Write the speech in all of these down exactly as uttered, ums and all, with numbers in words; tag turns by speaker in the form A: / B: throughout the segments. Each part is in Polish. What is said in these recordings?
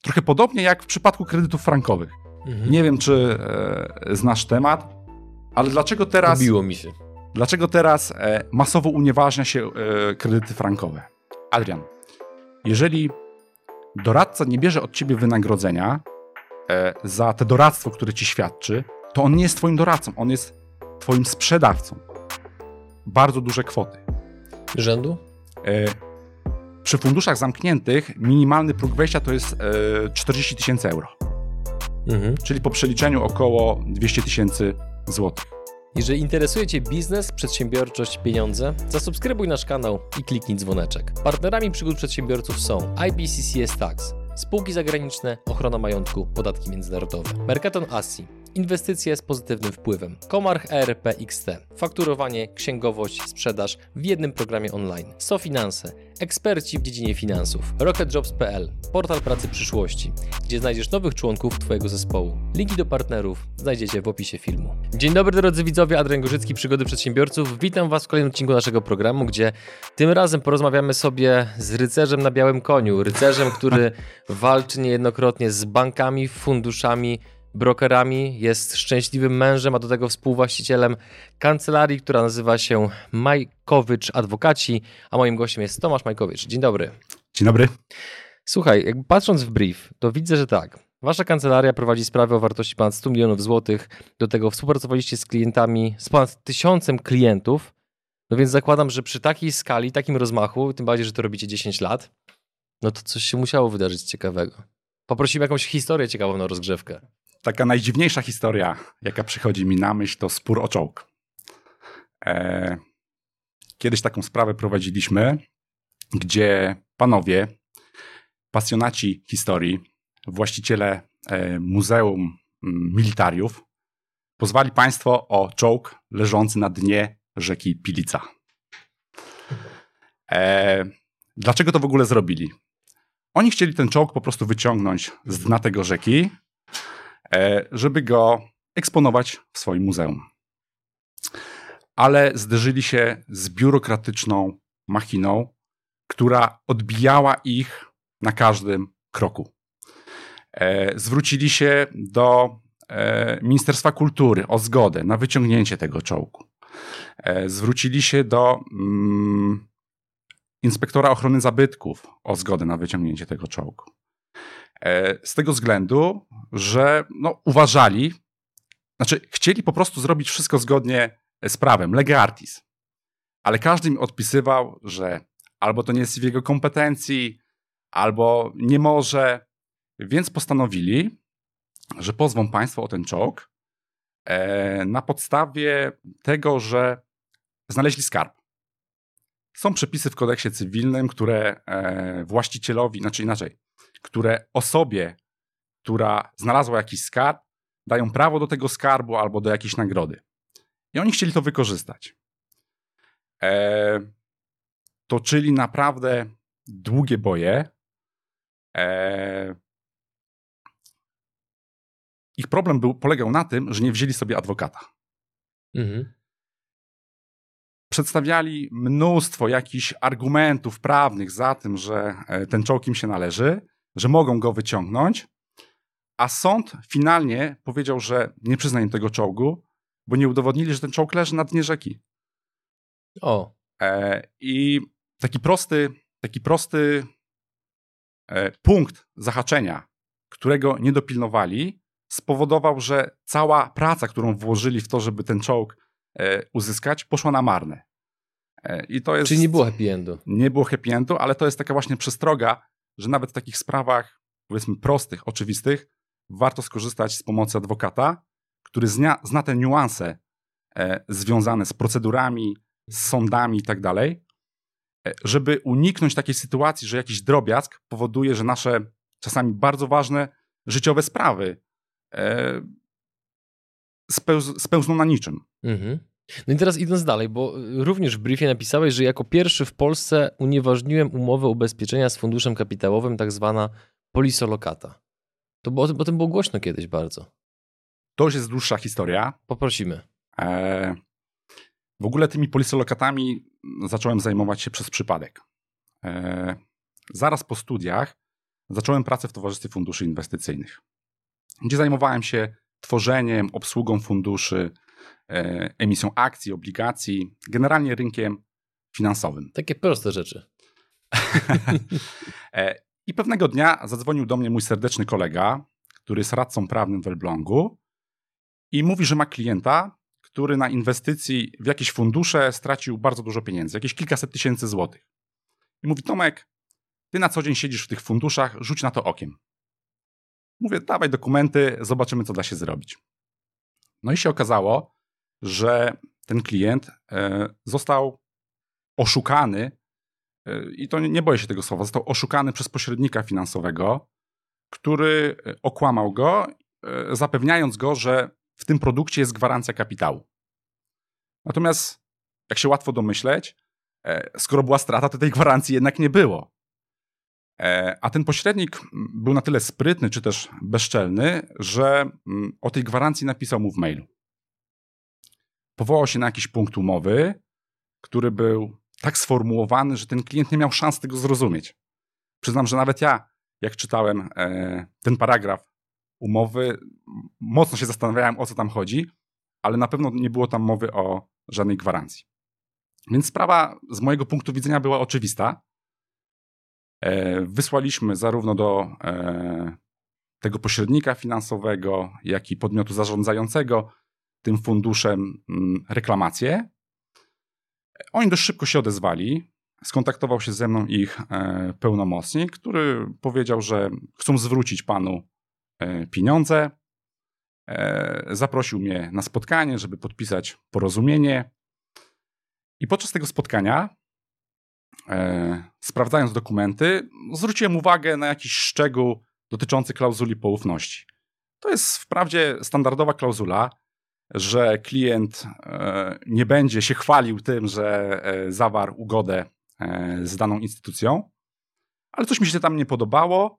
A: Trochę podobnie jak w przypadku kredytów frankowych. Mhm. Nie wiem, czy e, znasz temat, ale dlaczego teraz...
B: Lubiło mi się.
A: Dlaczego teraz e, masowo unieważnia się e, kredyty frankowe? Adrian, jeżeli doradca nie bierze od ciebie wynagrodzenia e, za te doradztwo, które ci świadczy, to on nie jest twoim doradcą, on jest twoim sprzedawcą. Bardzo duże kwoty.
B: Rzędu?
A: E, przy funduszach zamkniętych minimalny próg wejścia to jest e, czterdzieści tysięcy euro. Mhm. Czyli po przeliczeniu około dwieście tysięcy złotych.
B: Jeżeli interesuje Cię biznes, przedsiębiorczość, pieniądze, zasubskrybuj nasz kanał i kliknij dzwoneczek. Partnerami przygód przedsiębiorców są I B C C S Tax, spółki zagraniczne, ochrona majątku, podatki międzynarodowe, Mercaton Assi, inwestycje z pozytywnym wpływem, Comarch E R P X T, fakturowanie, księgowość, sprzedaż w jednym programie online, SoFinanse, eksperci w dziedzinie finansów, rocketjobs kropka p l, portal pracy przyszłości, gdzie znajdziesz nowych członków Twojego zespołu. Linki do partnerów znajdziecie w opisie filmu. Dzień dobry drodzy widzowie, Adrian Gorzycki, Przygody Przedsiębiorców. Witam Was w kolejnym odcinku naszego programu, gdzie tym razem porozmawiamy sobie z rycerzem na białym koniu. Rycerzem, który walczy niejednokrotnie z bankami, funduszami, brokerami, jest szczęśliwym mężem, a do tego współwłaścicielem kancelarii, która nazywa się Majkowicz Adwokaci, a moim gościem jest Tomasz Majkowicz. Dzień dobry.
A: Dzień dobry.
B: Słuchaj, jakby patrząc w brief, to widzę, że tak, wasza kancelaria prowadzi sprawy o wartości ponad stu milionów złotych, do tego współpracowaliście z klientami, z ponad tysiącem klientów, no więc zakładam, że przy takiej skali, takim rozmachu, tym bardziej, że to robicie dziesięć lat, no to coś się musiało wydarzyć ciekawego. Poprosimy jakąś historię ciekawą na rozgrzewkę.
A: Taka najdziwniejsza historia, jaka przychodzi mi na myśl, to spór o czołg. E, kiedyś taką sprawę prowadziliśmy, gdzie panowie, pasjonaci historii, właściciele e, Muzeum Militariów, pozwali państwo o czołg leżący na dnie rzeki Pilica. E, dlaczego to w ogóle zrobili? Oni chcieli ten czołg po prostu wyciągnąć z dna tego rzeki, żeby go eksponować w swoim muzeum. Ale zderzyli się z biurokratyczną machiną, która odbijała ich na każdym kroku. Zwrócili się do Ministerstwa Kultury o zgodę na wyciągnięcie tego czołgu. Zwrócili się do mm, inspektora ochrony zabytków o zgodę na wyciągnięcie tego czołgu. Z tego względu, że no, uważali, znaczy chcieli po prostu zrobić wszystko zgodnie z prawem, lege artis. Ale każdy im odpisywał, że albo to nie jest w jego kompetencji, albo nie może. Więc postanowili, że pozwą państwo o ten czołg e, na podstawie tego, że znaleźli skarb. Są przepisy w kodeksie cywilnym, które e, właścicielowi, znaczy inaczej, które osobie, która znalazła jakiś skarb, dają prawo do tego skarbu albo do jakiejś nagrody. I oni chcieli to wykorzystać. E, toczyli naprawdę długie boje. E, ich problem był, polegał na tym, że nie wzięli sobie adwokata. Mhm. Przedstawiali mnóstwo jakichś argumentów prawnych za tym, że ten czołg im się należy, że mogą go wyciągnąć, a sąd finalnie powiedział, że nie przyzna im tego czołgu, bo nie udowodnili, że ten czołg leży na dnie rzeki.
B: O.
A: E, I taki prosty, taki prosty e, punkt zahaczenia, którego nie dopilnowali, spowodował, że cała praca, którą włożyli w to, żeby ten czołg e, uzyskać, poszła na marne. E, i to jest,
B: Czyli nie było happy endu.
A: Nie było happy endu, ale to jest taka właśnie przestroga, że nawet w takich sprawach, powiedzmy prostych, oczywistych, warto skorzystać z pomocy adwokata, który zna, zna te niuanse e, związane z procedurami, z sądami i tak dalej, żeby uniknąć takiej sytuacji, że jakiś drobiazg powoduje, że nasze czasami bardzo ważne życiowe sprawy e, spełz, spełzną na niczym.
B: Mhm. No i teraz idąc dalej, bo również w briefie napisałeś, że jako pierwszy w Polsce unieważniłem umowę ubezpieczenia z funduszem kapitałowym, tak zwana polisolokata. To było, o tym było głośno kiedyś bardzo.
A: To już jest dłuższa historia.
B: Poprosimy.
A: E, w ogóle tymi polisolokatami zacząłem zajmować się przez przypadek. E, zaraz po studiach zacząłem pracę w Towarzystwie Funduszy Inwestycyjnych, gdzie zajmowałem się tworzeniem, obsługą funduszy, emisją akcji, obligacji, generalnie rynkiem finansowym.
B: Takie proste rzeczy.
A: I pewnego dnia zadzwonił do mnie mój serdeczny kolega, który jest radcą prawnym w Elblągu i mówi, że ma klienta, który na inwestycji w jakieś fundusze stracił bardzo dużo pieniędzy, jakieś kilkaset tysięcy złotych. I mówi: Tomek, ty na co dzień siedzisz w tych funduszach, rzuć na to okiem. Mówię: dawaj dokumenty, zobaczymy, co da się zrobić. No i się okazało, że ten klient został oszukany, i to nie boję się tego słowa, został oszukany przez pośrednika finansowego, który okłamał go, zapewniając go, że w tym produkcie jest gwarancja kapitału. Natomiast, jak się łatwo domyśleć, skoro była strata, to tej gwarancji jednak nie było. A ten pośrednik był na tyle sprytny, czy też bezczelny, że o tej gwarancji napisał mu w mailu. Powołał się na jakiś punkt umowy, który był tak sformułowany, że ten klient nie miał szans tego zrozumieć. Przyznam, że nawet ja, jak czytałem ten paragraf umowy, mocno się zastanawiałem, o co tam chodzi, ale na pewno nie było tam mowy o żadnej gwarancji. Więc sprawa z mojego punktu widzenia była oczywista. Wysłaliśmy zarówno do tego pośrednika finansowego, jak i podmiotu zarządzającego tym funduszem reklamację. Oni dość szybko się odezwali. Skontaktował się ze mną ich pełnomocnik, który powiedział, że chcą zwrócić panu pieniądze. Zaprosił mnie na spotkanie, żeby podpisać porozumienie. I podczas tego spotkania, sprawdzając dokumenty, zwróciłem uwagę na jakiś szczegół dotyczący klauzuli poufności. To jest wprawdzie standardowa klauzula, że klient nie będzie się chwalił tym, że zawarł ugodę z daną instytucją, ale coś mi się tam nie podobało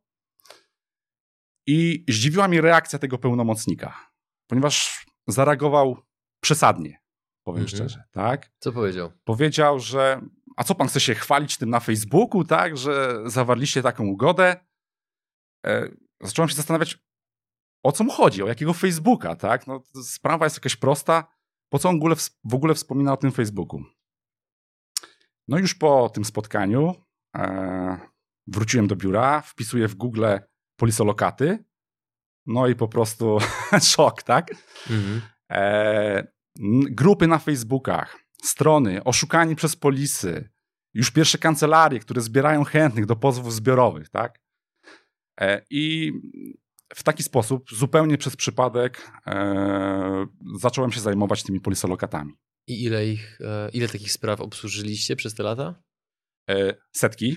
A: i zdziwiła mnie reakcja tego pełnomocnika, ponieważ zareagował przesadnie, powiem mhm. szczerze. Tak?
B: Co powiedział?
A: Powiedział, że a co pan chce się chwalić tym na Facebooku, tak, że zawarliście taką ugodę? Zacząłem się zastanawiać, o co mu chodzi, o jakiego Facebooka, tak? No, sprawa jest jakaś prosta. Po co on w ogóle, w ogóle wspomina o tym Facebooku? No już po tym spotkaniu e, wróciłem do biura, wpisuję w Google polisolokaty, no i po prostu szok, tak? Mhm. E, grupy na Facebookach, strony, oszukani przez polisy, już pierwsze kancelarie, które zbierają chętnych do pozwów zbiorowych, tak? E, I w taki sposób, zupełnie przez przypadek, e, zacząłem się zajmować tymi polisolokatami.
B: I ile ich, e, ile takich spraw obsłużyliście przez te lata?
A: E, setki.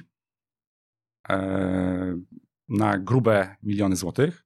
A: E, na grube miliony złotych.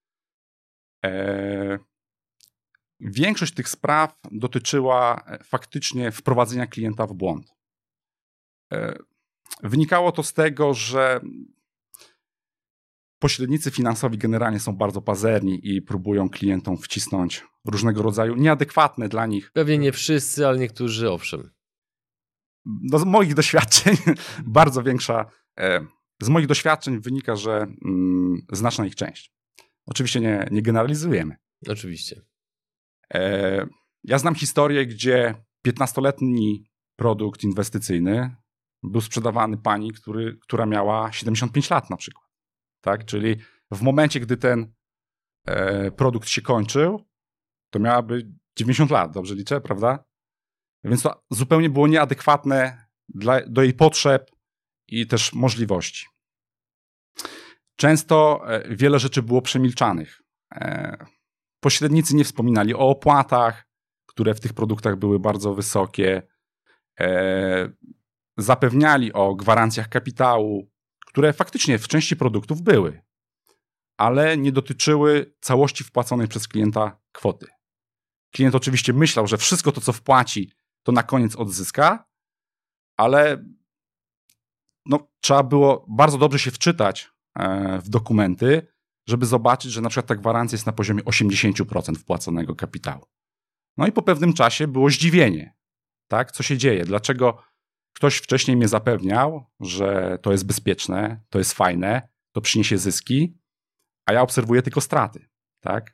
A: E, większość tych spraw dotyczyła faktycznie wprowadzenia klienta w błąd. E, wynikało to z tego, że pośrednicy finansowi generalnie są bardzo pazerni i próbują klientom wcisnąć różnego rodzaju nieadekwatne dla nich.
B: Pewnie nie wszyscy, ale niektórzy owszem.
A: No, z moich doświadczeń bardzo większa, z moich doświadczeń wynika, że mm, znaczna ich część. Oczywiście nie, nie generalizujemy.
B: Oczywiście.
A: E, ja znam historię, gdzie piętnastoletni produkt inwestycyjny był sprzedawany pani, który, która miała siedemdziesiąt pięć lat na przykład. Tak? Czyli w momencie, gdy ten e, produkt się kończył, to miałaby dziewięćdziesiąt lat, dobrze liczę, prawda? Więc to zupełnie było nieadekwatne dla, do jej potrzeb i też możliwości. Często e, wiele rzeczy było przemilczanych. E, pośrednicy nie wspominali o opłatach, które w tych produktach były bardzo wysokie. E, zapewniali o gwarancjach kapitału, które faktycznie w części produktów były, ale nie dotyczyły całości wpłaconej przez klienta kwoty. Klient oczywiście myślał, że wszystko to, co wpłaci, to na koniec odzyska, ale no, trzeba było bardzo dobrze się wczytać w dokumenty, żeby zobaczyć, że na przykład ta gwarancja jest na poziomie osiemdziesiąt procent wpłaconego kapitału. No i po pewnym czasie było zdziwienie. Tak? Co się dzieje? Dlaczego ktoś wcześniej mnie zapewniał, że to jest bezpieczne, to jest fajne, to przyniesie zyski, a ja obserwuję tylko straty. Tak?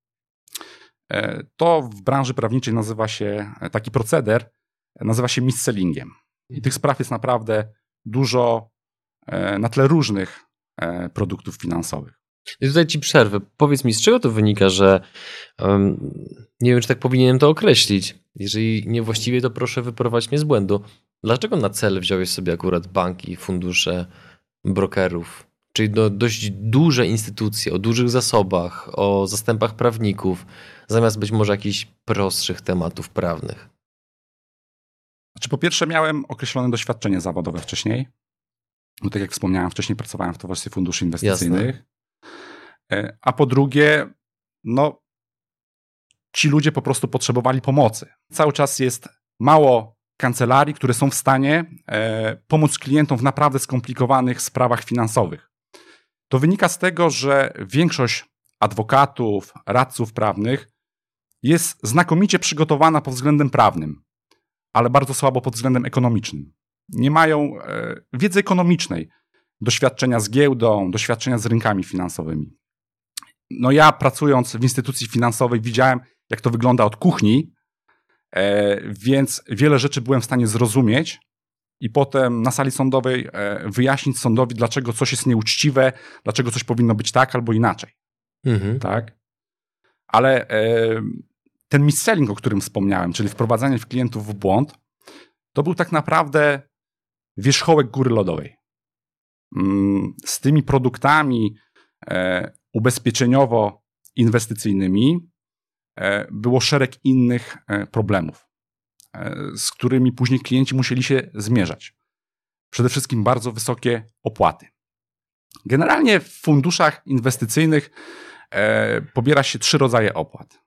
A: To w branży prawniczej nazywa się, taki proceder nazywa się mis-sellingiem. I tych spraw jest naprawdę dużo na tle różnych produktów finansowych.
B: I tutaj ci przerwę. Powiedz mi, z czego to wynika, że um, nie wiem, czy tak powinienem to określić. Jeżeli niewłaściwie, to proszę wyprowadź mnie z błędu. Dlaczego na cel wziąłeś sobie akurat banki, fundusze, brokerów? Czyli do dość duże instytucje, o dużych zasobach, o zastępach prawników, zamiast być może jakichś prostszych tematów prawnych.
A: Znaczy, po pierwsze, miałem określone doświadczenie zawodowe wcześniej. Bo tak jak wspomniałem, wcześniej pracowałem w Towarzystwie Funduszy Inwestycyjnych. Jasne. A po drugie, no, ci ludzie po prostu potrzebowali pomocy. Cały czas jest mało kancelarii, które są w stanie e, pomóc klientom w naprawdę skomplikowanych sprawach finansowych. To wynika z tego, że większość adwokatów, radców prawnych jest znakomicie przygotowana pod względem prawnym, ale bardzo słabo pod względem ekonomicznym. Nie mają e, wiedzy ekonomicznej, doświadczenia z giełdą, doświadczenia z rynkami finansowymi. No ja pracując w instytucji finansowej widziałem, jak to wygląda od kuchni, e, więc wiele rzeczy byłem w stanie zrozumieć i potem na sali sądowej e, wyjaśnić sądowi, dlaczego coś jest nieuczciwe, dlaczego coś powinno być tak albo inaczej. Mhm. Tak? Ale e, ten mis-selling, o którym wspomniałem, czyli wprowadzanie klientów w błąd, to był tak naprawdę wierzchołek góry lodowej. Z tymi produktami ubezpieczeniowo-inwestycyjnymi było szereg innych problemów, z którymi później klienci musieli się zmierzać. Przede wszystkim bardzo wysokie opłaty. Generalnie w funduszach inwestycyjnych pobiera się trzy rodzaje opłat.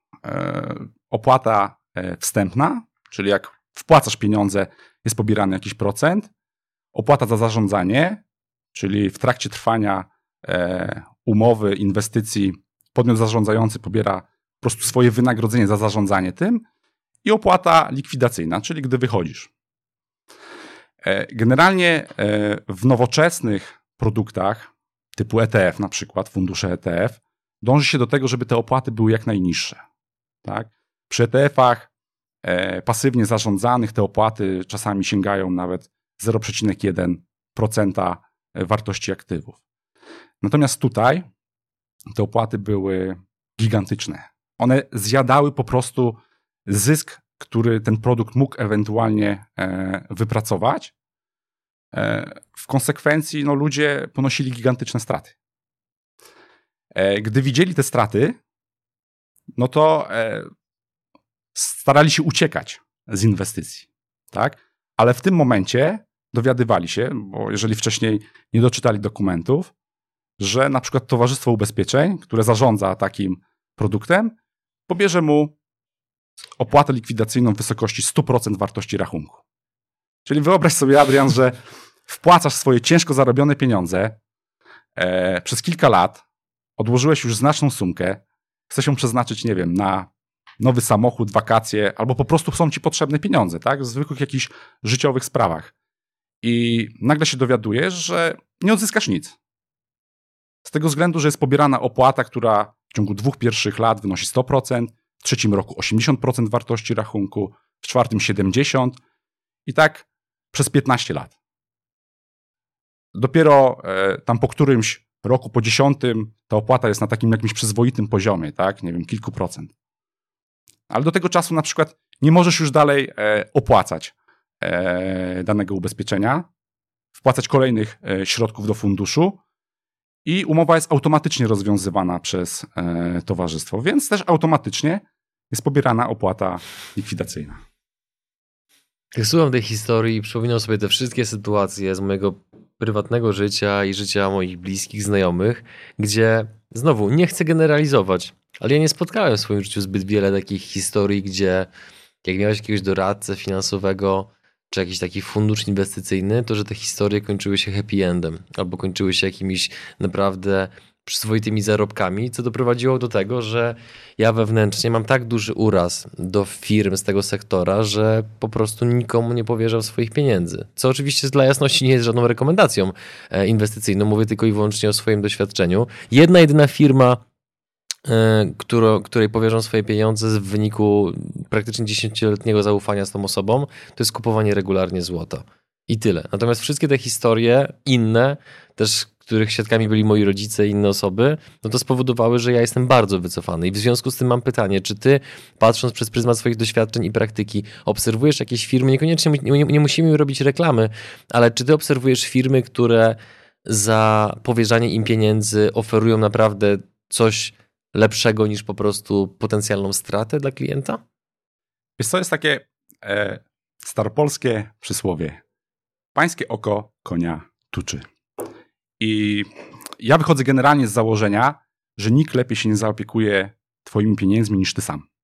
A: Opłata wstępna, czyli jak wpłacasz pieniądze, jest pobierany jakiś procent. Opłata za zarządzanie, czyli w trakcie trwania e, umowy, inwestycji podmiot zarządzający pobiera po prostu swoje wynagrodzenie za zarządzanie tym. I opłata likwidacyjna, czyli gdy wychodzisz. E, generalnie e, w nowoczesnych produktach typu E T F, na przykład fundusze E T F, dąży się do tego, żeby te opłaty były jak najniższe. Tak? Przy E T F-ach e, pasywnie zarządzanych te opłaty czasami sięgają nawet zero przecinek jeden procent wartości aktywów. Natomiast tutaj te opłaty były gigantyczne. One zjadały po prostu zysk, który ten produkt mógł ewentualnie e, wypracować. E, w konsekwencji no, ludzie ponosili gigantyczne straty. E, gdy widzieli te straty, no to e, starali się uciekać z inwestycji. Tak? Ale w tym momencie dowiadywali się, bo jeżeli wcześniej nie doczytali dokumentów, że na przykład Towarzystwo Ubezpieczeń, które zarządza takim produktem, pobierze mu opłatę likwidacyjną w wysokości sto procent wartości rachunku. Czyli wyobraź sobie, Adrian, że wpłacasz swoje ciężko zarobione pieniądze e, przez kilka lat, odłożyłeś już znaczną sumkę, chcesz ją przeznaczyć, nie wiem, na nowy samochód, wakacje, albo po prostu są ci potrzebne pieniądze, tak? W zwykłych jakichś życiowych sprawach. I nagle się dowiadujesz, że nie odzyskasz nic. Z tego względu, że jest pobierana opłata, która w ciągu dwóch pierwszych lat wynosi sto procent, w trzecim roku osiemdziesiąt procent wartości rachunku, w czwartym siedemdziesiąt procent i tak przez piętnaście lat. Dopiero e, tam po którymś roku, po dziesiątym, ta opłata jest na takim jakimś przyzwoitym poziomie, tak? Nie wiem, kilku procent. Ale do tego czasu na przykład nie możesz już dalej e, opłacać e, danego ubezpieczenia, wpłacać kolejnych e, środków do funduszu i umowa jest automatycznie rozwiązywana przez e, towarzystwo, więc też automatycznie jest pobierana opłata likwidacyjna.
B: Jak słucham tej historii i przypominam sobie te wszystkie sytuacje z mojego prywatnego życia i życia moich bliskich, znajomych, gdzie znowu nie chcę generalizować, ale ja nie spotkałem w swoim życiu zbyt wiele takich historii, gdzie jak miałeś jakiegoś doradcę finansowego czy jakiś taki fundusz inwestycyjny, to że te historie kończyły się happy endem albo kończyły się jakimiś naprawdę przyzwoitymi zarobkami, co doprowadziło do tego, że ja wewnętrznie mam tak duży uraz do firm z tego sektora, że po prostu nikomu nie powierzam swoich pieniędzy. Co oczywiście dla jasności nie jest żadną rekomendacją inwestycyjną, mówię tylko i wyłącznie o swoim doświadczeniu. Jedna jedyna firma, Któro, której powierzam swoje pieniądze w wyniku praktycznie dziesięcioletniego zaufania z tą osobą, to jest kupowanie regularnie złota. I tyle. Natomiast wszystkie te historie inne, też których świadkami byli moi rodzice i inne osoby, no to spowodowały, że ja jestem bardzo wycofany. I w związku z tym mam pytanie, czy ty, patrząc przez pryzmat swoich doświadczeń i praktyki, obserwujesz jakieś firmy, niekoniecznie nie, nie musimy robić reklamy, ale czy ty obserwujesz firmy, które za powierzanie im pieniędzy oferują naprawdę coś lepszego niż po prostu potencjalną stratę dla klienta?
A: Wiesz co, jest takie e, staropolskie przysłowie. Pańskie oko konia tuczy. I ja wychodzę generalnie z założenia, że nikt lepiej się nie zaopiekuje twoimi pieniędzmi niż ty sam.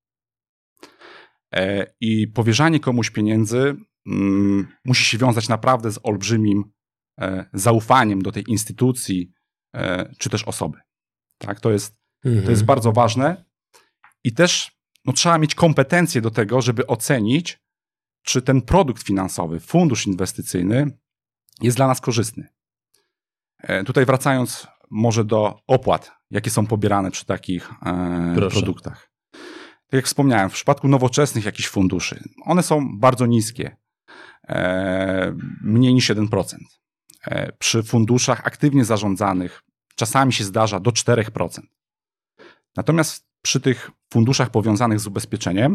A: E, I powierzanie komuś pieniędzy mm, musi się wiązać naprawdę z olbrzymim e, zaufaniem do tej instytucji e, czy też osoby. Tak, to jest Mhm. To jest bardzo ważne i też no, trzeba mieć kompetencje do tego, żeby ocenić, czy ten produkt finansowy, fundusz inwestycyjny jest dla nas korzystny. E, tutaj wracając może do opłat, jakie są pobierane przy takich e, produktach. Tak jak wspomniałem, w przypadku nowoczesnych jakichś funduszy, one są bardzo niskie, e, mniej niż jeden procent. E, przy funduszach aktywnie zarządzanych czasami się zdarza do cztery procent. Natomiast przy tych funduszach powiązanych z ubezpieczeniem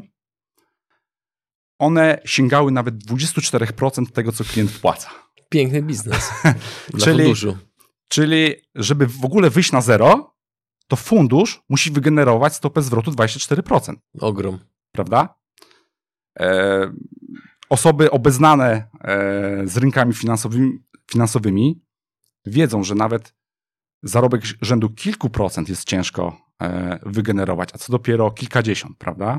A: one sięgały nawet dwadzieścia cztery procent tego, co klient wpłaca.
B: Piękny biznes dla
A: czyli,
B: funduszu. Czyli
A: żeby w ogóle wyjść na zero, to fundusz musi wygenerować stopę zwrotu dwadzieścia cztery procent.
B: Ogrom.
A: Prawda? E, osoby obeznane e, z rynkami finansowymi, finansowymi wiedzą, że nawet zarobek rzędu kilku procent jest ciężko wygenerować, a co dopiero kilkadziesiąt, prawda?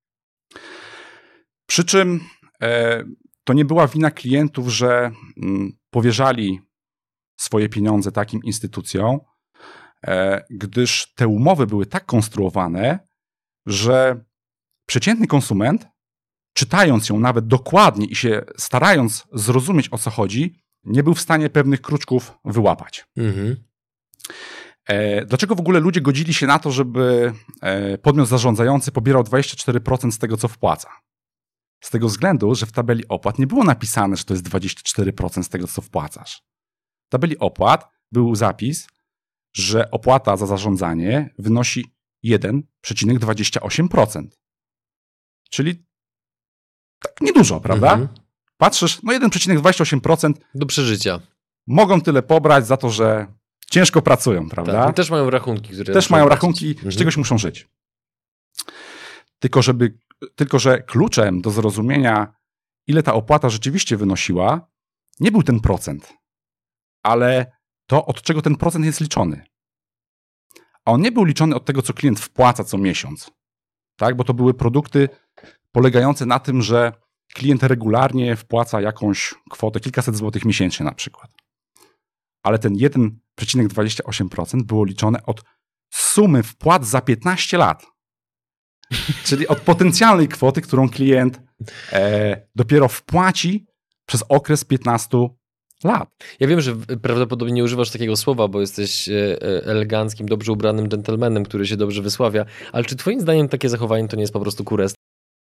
A: Przy czym e, to nie była wina klientów, że m, powierzali swoje pieniądze takim instytucjom, e, gdyż te umowy były tak konstruowane, że przeciętny konsument, czytając ją nawet dokładnie i się starając zrozumieć, o co chodzi, nie był w stanie pewnych kruczków wyłapać. Mhm. Dlaczego w ogóle ludzie godzili się na to, żeby podmiot zarządzający pobierał dwadzieścia cztery procent z tego, co wpłaca? Z tego względu, że w tabeli opłat nie było napisane, że to jest dwadzieścia cztery procent z tego, co wpłacasz. W tabeli opłat był zapis, że opłata za zarządzanie wynosi jeden przecinek dwadzieścia osiem procent. Czyli tak niedużo, prawda? Mhm. Patrzysz, no jeden przecinek dwadzieścia osiem procent
B: do przeżycia.
A: Mogą tyle pobrać za to, że ciężko pracują, prawda?
B: Tak, też mają rachunki, które
A: Też mają rachunki, mhm. z czegoś muszą żyć. Tylko, żeby, tylko, że kluczem do zrozumienia, ile ta opłata rzeczywiście wynosiła, nie był ten procent, ale to, od czego ten procent jest liczony. A on nie był liczony od tego, co klient wpłaca co miesiąc. Tak? Bo to były produkty polegające na tym, że klient regularnie wpłaca jakąś kwotę, kilkaset złotych miesięcznie na przykład. Ale ten jeden przecinek dwadzieścia osiem procent było liczone od sumy wpłat za piętnaście lat. Czyli od potencjalnej kwoty, którą klient e, dopiero wpłaci przez okres piętnastu lat.
B: Ja wiem, że prawdopodobnie nie używasz takiego słowa, bo jesteś eleganckim, dobrze ubranym dżentelmenem, który się dobrze wysławia, ale czy twoim zdaniem takie zachowanie to nie jest po prostu kurestwo?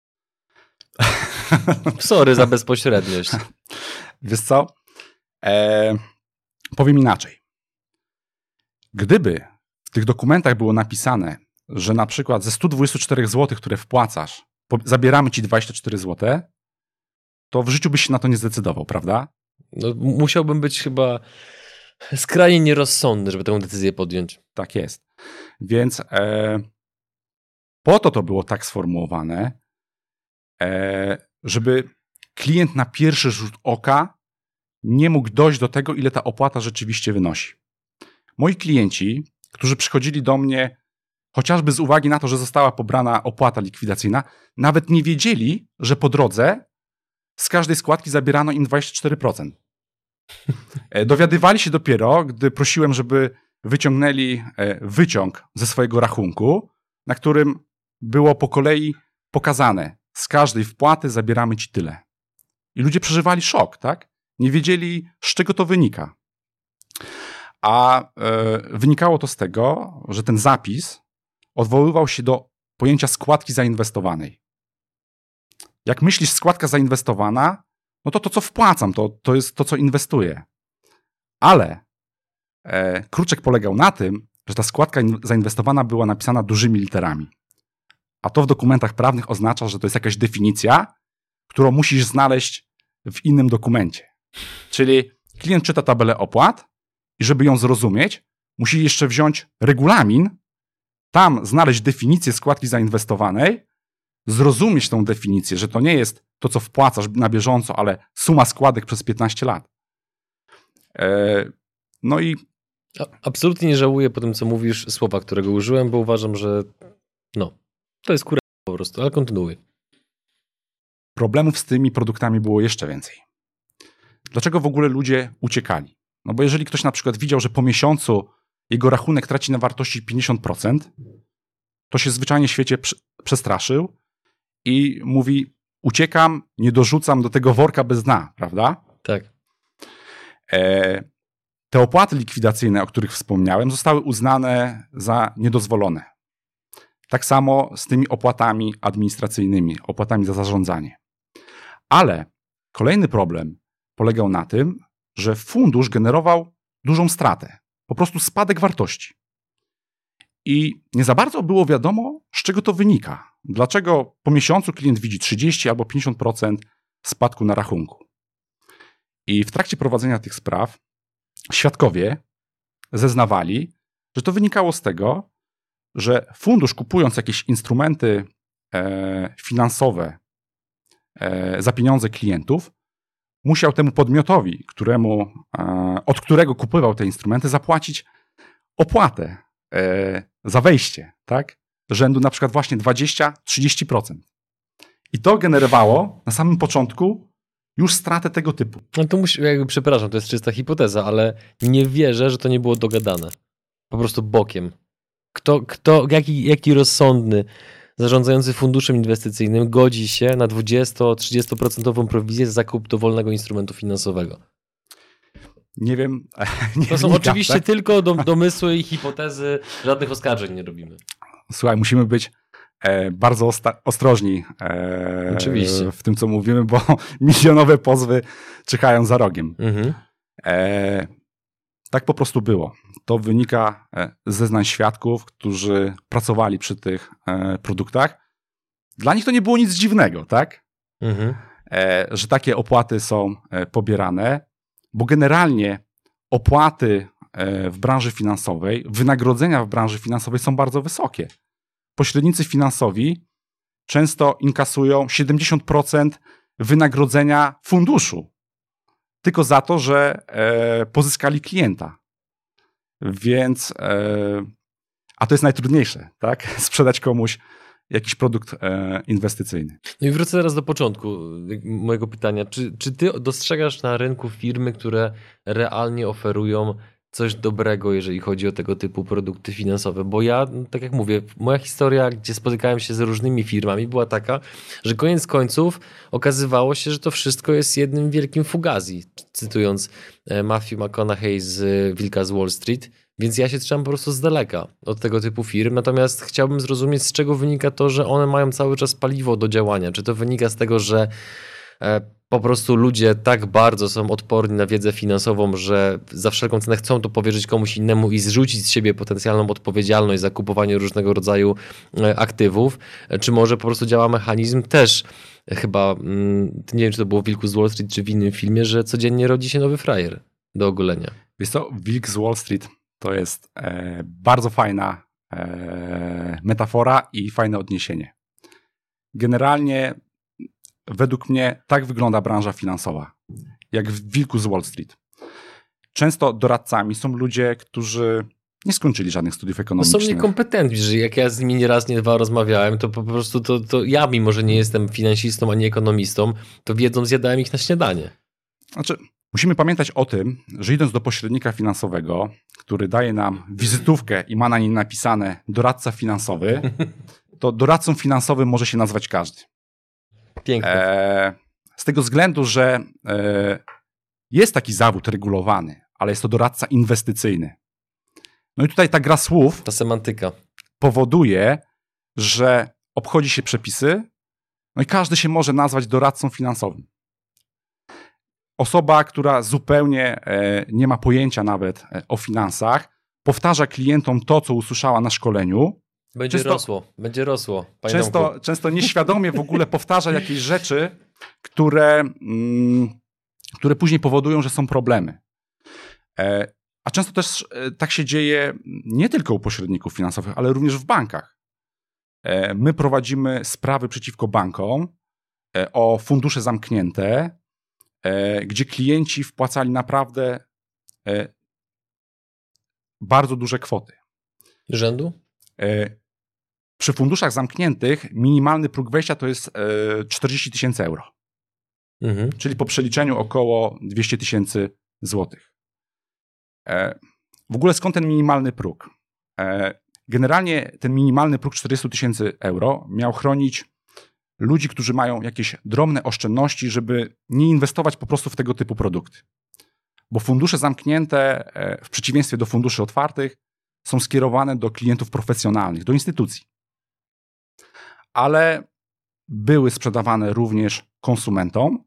B: Sorry za bezpośredniość.
A: Wiesz co? E, powiem inaczej. Gdyby w tych dokumentach było napisane, że na przykład ze stu dwudziestu czterech złotych, które wpłacasz, zabieramy ci dwadzieścia cztery złote, to w życiu byś się na to nie zdecydował, prawda?
B: No, musiałbym być chyba skrajnie nierozsądny, żeby tę decyzję podjąć.
A: Tak jest. Więc e, po to to było tak sformułowane, e, żeby klient na pierwszy rzut oka nie mógł dojść do tego, ile ta opłata rzeczywiście wynosi. Moi klienci, którzy przychodzili do mnie chociażby z uwagi na to, że została pobrana opłata likwidacyjna, nawet nie wiedzieli, że po drodze z każdej składki zabierano im dwadzieścia cztery procent. Dowiadywali się dopiero, gdy prosiłem, żeby wyciągnęli wyciąg ze swojego rachunku, na którym było po kolei pokazane, z każdej wpłaty zabieramy ci tyle. I ludzie przeżywali szok, tak? Nie wiedzieli, z czego to wynika. A e, wynikało to z tego, że ten zapis odwoływał się do pojęcia składki zainwestowanej. Jak myślisz składka zainwestowana, no to to, co wpłacam, to, to jest to, co inwestuję. Ale e, kruczek polegał na tym, że ta składka in- zainwestowana była napisana dużymi literami. A to w dokumentach prawnych oznacza, że to jest jakaś definicja, którą musisz znaleźć w innym dokumencie. Czyli klient czyta tabelę opłat i żeby ją zrozumieć, musi jeszcze wziąć regulamin, tam znaleźć definicję składki zainwestowanej, zrozumieć tą definicję, że to nie jest to, co wpłacasz na bieżąco, ale suma składek przez piętnaście lat. E, no i...
B: Absolutnie nie żałuję po tym, co mówisz, słowa, którego użyłem, bo uważam, że no, to jest kurwa po prostu, ale kontynuuj.
A: Problemów z tymi produktami było jeszcze więcej. Dlaczego w ogóle ludzie uciekali? No bo jeżeli ktoś na przykład widział, że po miesiącu jego rachunek traci na wartości pięćdziesiąt procent, to się zwyczajnie w świecie przestraszył i mówi, uciekam, nie dorzucam do tego worka bez dna, prawda?
B: Tak.
A: E, te opłaty likwidacyjne, o których wspomniałem, zostały uznane za niedozwolone. Tak samo z tymi opłatami administracyjnymi, opłatami za zarządzanie. Ale kolejny problem polegał na tym, że fundusz generował dużą stratę, po prostu spadek wartości. I nie za bardzo było wiadomo, z czego to wynika. Dlaczego po miesiącu klient widzi trzydzieści albo pięćdziesiąt procent spadku na rachunku. I w trakcie prowadzenia tych spraw świadkowie zeznawali, że to wynikało z tego, że fundusz, kupując jakieś instrumenty e, finansowe e, za pieniądze klientów, musiał temu podmiotowi, któremu, e, od którego kupował te instrumenty, zapłacić opłatę e, za wejście, tak? Rzędu na przykład właśnie dwadzieścia do trzydziestu procent. I to generowało na samym początku już stratę tego typu.
B: No to musi, jakby, przepraszam, to jest czysta hipoteza, ale nie wierzę, że to nie było dogadane. Po prostu bokiem. Kto, kto, jaki, jaki rozsądny zarządzający funduszem inwestycyjnym godzi się na dwadzieścia do trzydziestu procent prowizję za zakup dowolnego instrumentu finansowego?
A: Nie wiem. Nie
B: to są
A: wynika,
B: oczywiście tak? tylko domysły i hipotezy, żadnych oskarżeń nie robimy.
A: Słuchaj, musimy być e, bardzo osta- ostrożni e,
B: Oczywiście.
A: w tym, co mówimy, bo milionowe pozwy czyhają za rogiem. Mhm. E, tak po prostu było. To wynika z zeznań świadków, którzy pracowali przy tych e, produktach. Dla nich to nie było nic dziwnego, tak? Mhm. E, że takie opłaty są e, pobierane, bo generalnie opłaty e, w branży finansowej, wynagrodzenia w branży finansowej są bardzo wysokie. Pośrednicy finansowi często inkasują siedemdziesiąt procent wynagrodzenia funduszu tylko za to, że e, pozyskali klienta. Więc, e, a to jest najtrudniejsze, tak? Sprzedać komuś jakiś produkt e, inwestycyjny.
B: No i wrócę teraz do początku mojego pytania. Czy, czy ty dostrzegasz na rynku firmy, które realnie oferują coś dobrego, jeżeli chodzi o tego typu produkty finansowe? Bo ja, tak jak mówię, moja historia, gdzie spotykałem się z różnymi firmami, była taka, że koniec końców okazywało się, że to wszystko jest jednym wielkim fugazi, cytując Matthew McConaughey z Wilka z Wall Street. Więc ja się trzymam po prostu z daleka od tego typu firm, natomiast chciałbym zrozumieć, z czego wynika to, że one mają cały czas paliwo do działania. Czy to wynika z tego, że po prostu ludzie tak bardzo są odporni na wiedzę finansową, że za wszelką cenę chcą to powierzyć komuś innemu i zrzucić z siebie potencjalną odpowiedzialność za kupowanie różnego rodzaju aktywów, czy może po prostu działa mechanizm też chyba, nie wiem, czy to było w Wilku z Wall Street, czy w innym filmie, że codziennie rodzi się nowy frajer do ogolenia.
A: Wiesz co, Wilk z Wall Street to jest e, bardzo fajna e, metafora i fajne odniesienie. Generalnie według mnie tak wygląda branża finansowa, jak w Wilku z Wall Street. Często doradcami są ludzie, którzy nie skończyli żadnych studiów ekonomicznych.
B: No są niekompetentni, że jak ja z nimi nie raz, nie dwa rozmawiałem, to po prostu to, to ja, mimo że nie jestem finansistą ani ekonomistą, to wiedzą zjadałem ich na śniadanie.
A: Znaczy, Musimy pamiętać o tym, że idąc do pośrednika finansowego, który daje nam wizytówkę i ma na niej napisane doradca finansowy, to doradcą finansowym może się nazwać każdy.
B: Piękne.
A: E, z tego względu, że e, jest taki zawód regulowany, ale jest to doradca inwestycyjny. No i tutaj ta gra słów
B: Ta semantyka
A: powoduje, że obchodzi się przepisy, no i każdy się może nazwać doradcą finansowym. Osoba, która zupełnie e, nie ma pojęcia nawet e, o finansach, powtarza klientom to, co usłyszała na szkoleniu.
B: będzie
A: często,
B: rosło, będzie rosło.
A: Często, często nieświadomie w ogóle powtarza jakieś rzeczy, które, mm, które później powodują, że są problemy. E, a często też e, tak się dzieje nie tylko u pośredników finansowych, ale również w bankach. E, my prowadzimy sprawy przeciwko bankom e, o fundusze zamknięte, e, gdzie klienci wpłacali naprawdę e, bardzo duże kwoty.
B: Rzędu?
A: E, przy funduszach zamkniętych minimalny próg wejścia to jest e, czterdzieści tysięcy euro.
B: Mhm.
A: Czyli po przeliczeniu około dwieście tysięcy złotych. E, w ogóle skąd ten minimalny próg? E, generalnie ten minimalny próg czterdzieści tysięcy euro miał chronić ludzi, którzy mają jakieś drobne oszczędności, żeby nie inwestować po prostu w tego typu produkty. Bo fundusze zamknięte, e, w przeciwieństwie do funduszy otwartych, są skierowane do klientów profesjonalnych, do instytucji. Ale były sprzedawane również konsumentom.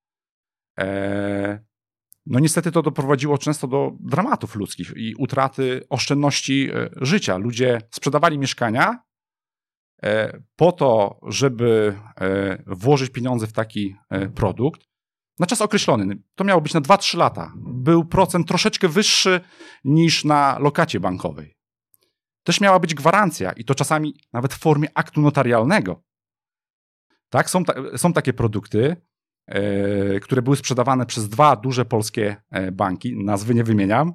A: No niestety to doprowadziło często do dramatów ludzkich i utraty oszczędności życia. Ludzie sprzedawali mieszkania po to, żeby włożyć pieniądze w taki produkt na czas określony. To miało być na dwa trzy lata. Był procent troszeczkę wyższy niż na lokacie bankowej. Też miała być gwarancja i to czasami nawet w formie aktu notarialnego. Tak, są, ta, są takie produkty, e, które były sprzedawane przez dwa duże polskie e, banki, nazwy nie wymieniam,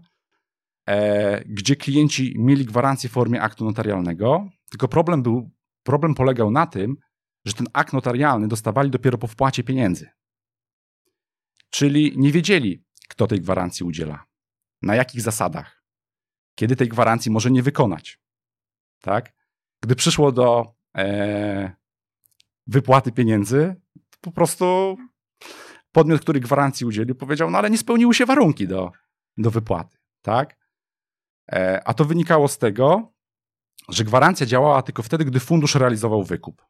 A: e, gdzie klienci mieli gwarancję w formie aktu notarialnego, tylko problem, był, problem polegał na tym, że ten akt notarialny dostawali dopiero po wpłacie pieniędzy. Czyli nie wiedzieli, kto tej gwarancji udziela, na jakich zasadach, kiedy tej gwarancji może nie wykonać. Tak? Gdy przyszło do e, wypłaty pieniędzy, po prostu podmiot, który gwarancji udzielił, powiedział, no ale nie spełniły się warunki do, do wypłaty. Tak? E, a to wynikało z tego, że gwarancja działała tylko wtedy, gdy fundusz realizował wykup.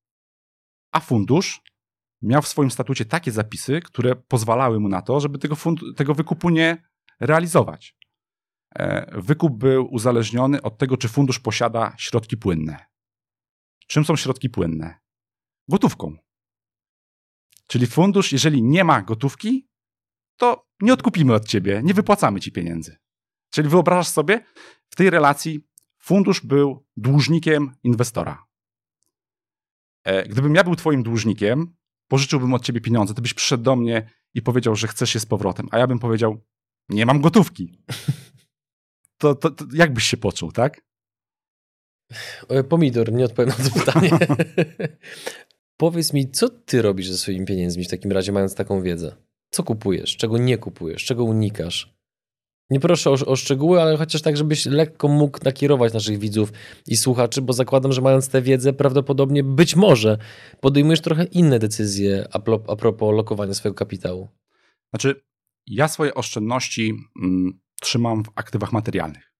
A: A fundusz miał w swoim statucie takie zapisy, które pozwalały mu na to, żeby tego, fund- tego wykupu nie realizować. E, wykup był uzależniony od tego, czy fundusz posiada środki płynne. Czym są środki płynne? Gotówką. Czyli fundusz, jeżeli nie ma gotówki, to nie odkupimy od ciebie, nie wypłacamy ci pieniędzy. Czyli wyobrażasz sobie, w tej relacji fundusz był dłużnikiem inwestora. E, gdybym ja był twoim dłużnikiem, pożyczyłbym od ciebie pieniądze, ty byś przyszedł do mnie i powiedział, że chcesz je z powrotem, a ja bym powiedział, nie mam gotówki. To, to, to jak byś się poczuł, tak?
B: Pomidor, nie odpowiem na to pytanie. Powiedz mi, co ty robisz ze swoimi pieniędzmi w takim razie, mając taką wiedzę? Co kupujesz, czego nie kupujesz, czego unikasz? Nie proszę o, o szczegóły, ale chociaż tak, żebyś lekko mógł nakierować naszych widzów i słuchaczy, bo zakładam, że mając tę wiedzę, prawdopodobnie być może podejmujesz trochę inne decyzje a, pro, a propos lokowania swojego kapitału.
A: Znaczy, ja swoje oszczędności mm, trzymam w aktywach materialnych.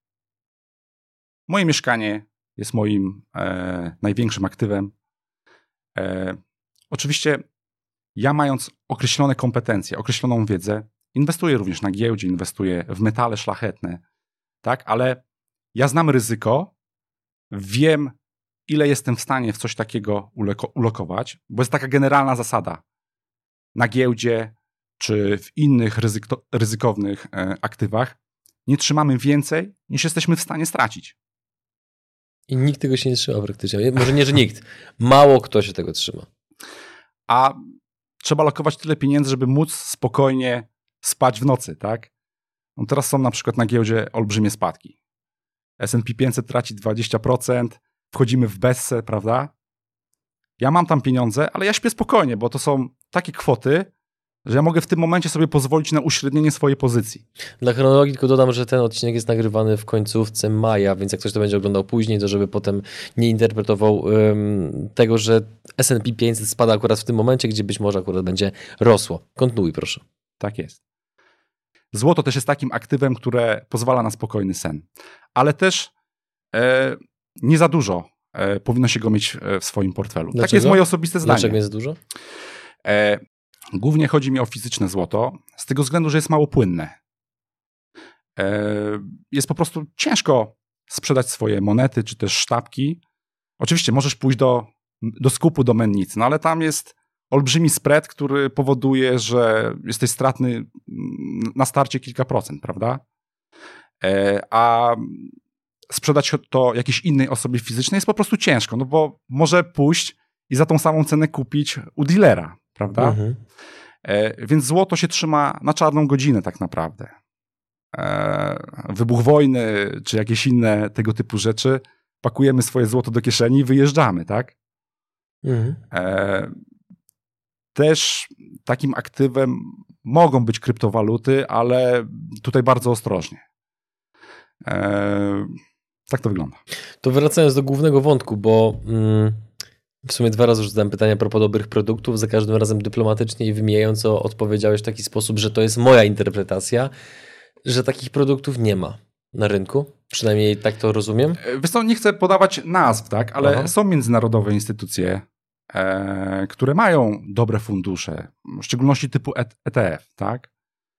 A: Moje mieszkanie jest moim e, największym aktywem. E, oczywiście ja, mając określone kompetencje, określoną wiedzę, inwestuję również na giełdzie, inwestuję w metale szlachetne, tak? Ale ja znam ryzyko, wiem, ile jestem w stanie w coś takiego uloko- ulokować, bo jest taka generalna zasada. Na giełdzie czy w innych ryzyko- ryzykownych e, aktywach nie trzymamy więcej, niż jesteśmy w stanie stracić.
B: I nikt tego się nie trzyma praktycznie. Może nie, że nikt. Mało kto się tego trzyma.
A: A trzeba lokować tyle pieniędzy, żeby móc spokojnie spać w nocy, tak? No teraz są na przykład na giełdzie olbrzymie spadki. S and P pięćset traci dwadzieścia procent, wchodzimy w bessę, prawda? Ja mam tam pieniądze, ale ja śpię spokojnie, bo to są takie kwoty, że ja mogę w tym momencie sobie pozwolić na uśrednienie swojej pozycji.
B: Dla chronologii tylko dodam, że ten odcinek jest nagrywany w końcówce maja, więc jak ktoś to będzie oglądał później, to żeby potem nie interpretował um, tego, że S and P pięćset spada akurat w tym momencie, gdzie być może akurat będzie rosło. Kontynuuj proszę.
A: Tak jest. Złoto też jest takim aktywem, które pozwala na spokojny sen. Ale też e, nie za dużo e, powinno się go mieć w swoim portfelu.
B: Dlaczego?
A: Takie jest moje osobiste zdanie.
B: Dlaczego jest dużo?
A: E, głównie chodzi mi o fizyczne złoto, z tego względu, że jest mało płynne. E, jest po prostu ciężko sprzedać swoje monety, czy też sztabki. Oczywiście możesz pójść do, do skupu, do mennicy, no ale tam jest olbrzymi spread, który powoduje, że jesteś stratny na starcie kilka procent, prawda? E, a sprzedać to jakiejś innej osobie fizycznej jest po prostu ciężko, no bo może pójść i za tą samą cenę kupić u dealera, prawda? Mhm. E, więc złoto się trzyma na czarną godzinę tak naprawdę. E, wybuch wojny, czy jakieś inne tego typu rzeczy, pakujemy swoje złoto do kieszeni i wyjeżdżamy, tak? Mhm. E, też takim aktywem mogą być kryptowaluty, ale tutaj bardzo ostrożnie. E, tak to wygląda.
B: To wracając do głównego wątku, bo mm, w sumie dwa razy już zadałem pytanie a propos dobrych produktów, za każdym razem dyplomatycznie i wymijająco odpowiedziałeś w taki sposób, że to jest moja interpretacja, że takich produktów nie ma na rynku. Przynajmniej tak to rozumiem.
A: Wiesz co, nie chcę podawać nazw, tak, ale Aha. są międzynarodowe instytucje, e, które mają dobre fundusze, w szczególności typu E T F, tak?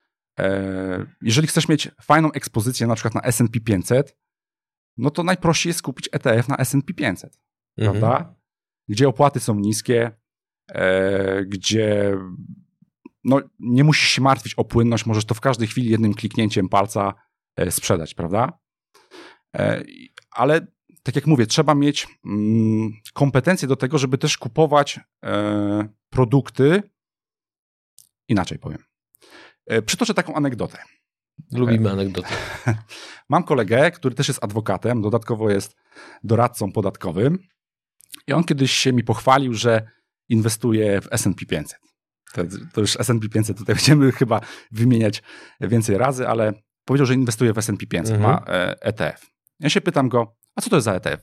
A: E, jeżeli chcesz mieć fajną ekspozycję na przykład na S and P pięćset, no to najprościej jest kupić E T F na S and P pięćset, mhm. prawda? Gdzie opłaty są niskie, e, gdzie no, nie musisz się martwić o płynność, możesz to w każdej chwili jednym kliknięciem palca e, sprzedać, prawda? E, ale tak jak mówię, trzeba mieć mm, kompetencje do tego, żeby też kupować e, produkty, inaczej powiem. E, przytoczę taką anegdotę.
B: Lubimy anegdoty.
A: Mam kolegę, który też jest adwokatem, dodatkowo jest doradcą podatkowym i on kiedyś się mi pochwalił, że inwestuje w S and P pięćset. To, to już S and P pięćset tutaj będziemy chyba wymieniać więcej razy, ale powiedział, że inwestuje w S and P pięćset, mhm. ma E T F. Ja się pytam go, a co to jest za E T F?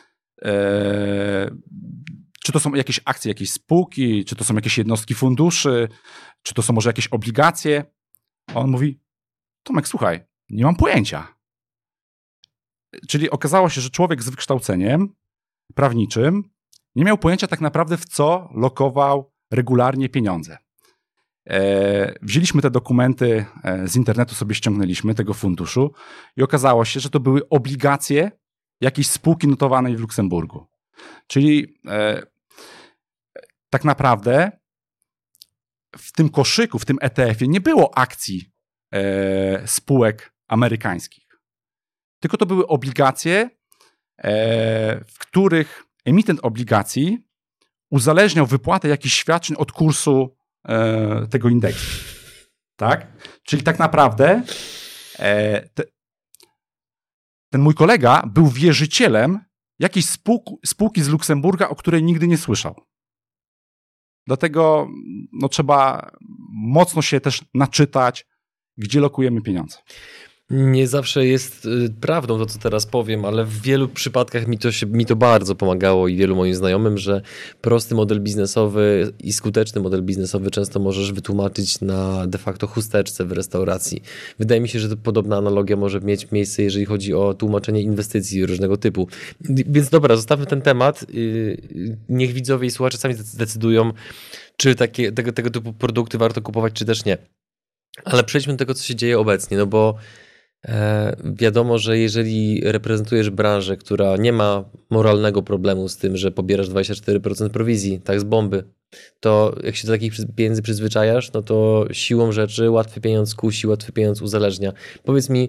A: Eee, czy to są jakieś akcje, jakieś spółki, czy to są jakieś jednostki funduszy, czy to są może jakieś obligacje? A on mówi, Tomek, słuchaj, nie mam pojęcia. Czyli okazało się, że człowiek z wykształceniem prawniczym nie miał pojęcia tak naprawdę, w co lokował regularnie pieniądze. E, wzięliśmy te dokumenty z internetu, sobie ściągnęliśmy tego funduszu i okazało się, że to były obligacje jakiejś spółki notowanej w Luksemburgu. Czyli e, tak naprawdę w tym koszyku, w tym E T F-ie nie było akcji e, spółek amerykańskich. Tylko to były obligacje, e, w których emitent obligacji uzależniał wypłatę jakichś świadczeń od kursu e, tego indeksu. Tak? Czyli tak naprawdę e, te, ten mój kolega był wierzycielem jakiejś spółki, spółki z Luksemburga, o której nigdy nie słyszał. Dlatego no, trzeba mocno się też naczytać, gdzie lokujemy pieniądze.
B: Nie zawsze jest prawdą to, co teraz powiem, ale w wielu przypadkach mi to, się, mi to bardzo pomagało i wielu moim znajomym, że prosty model biznesowy i skuteczny model biznesowy często możesz wytłumaczyć na de facto chusteczce w restauracji. Wydaje mi się, że to podobna analogia może mieć miejsce, jeżeli chodzi o tłumaczenie inwestycji różnego typu. Więc dobra, zostawmy ten temat. Niech widzowie i słuchacze sami zdecydują, czy takie, tego, tego typu produkty warto kupować, czy też nie. Ale przejdźmy do tego, co się dzieje obecnie, no bo E, wiadomo, że jeżeli reprezentujesz branżę, która nie ma moralnego problemu z tym, że pobierasz dwadzieścia cztery procent prowizji, tak z bomby, to jak się do takich pieniędzy przyzwyczajasz, no to siłą rzeczy łatwy pieniądz kusi, łatwy pieniądz uzależnia. Powiedz mi,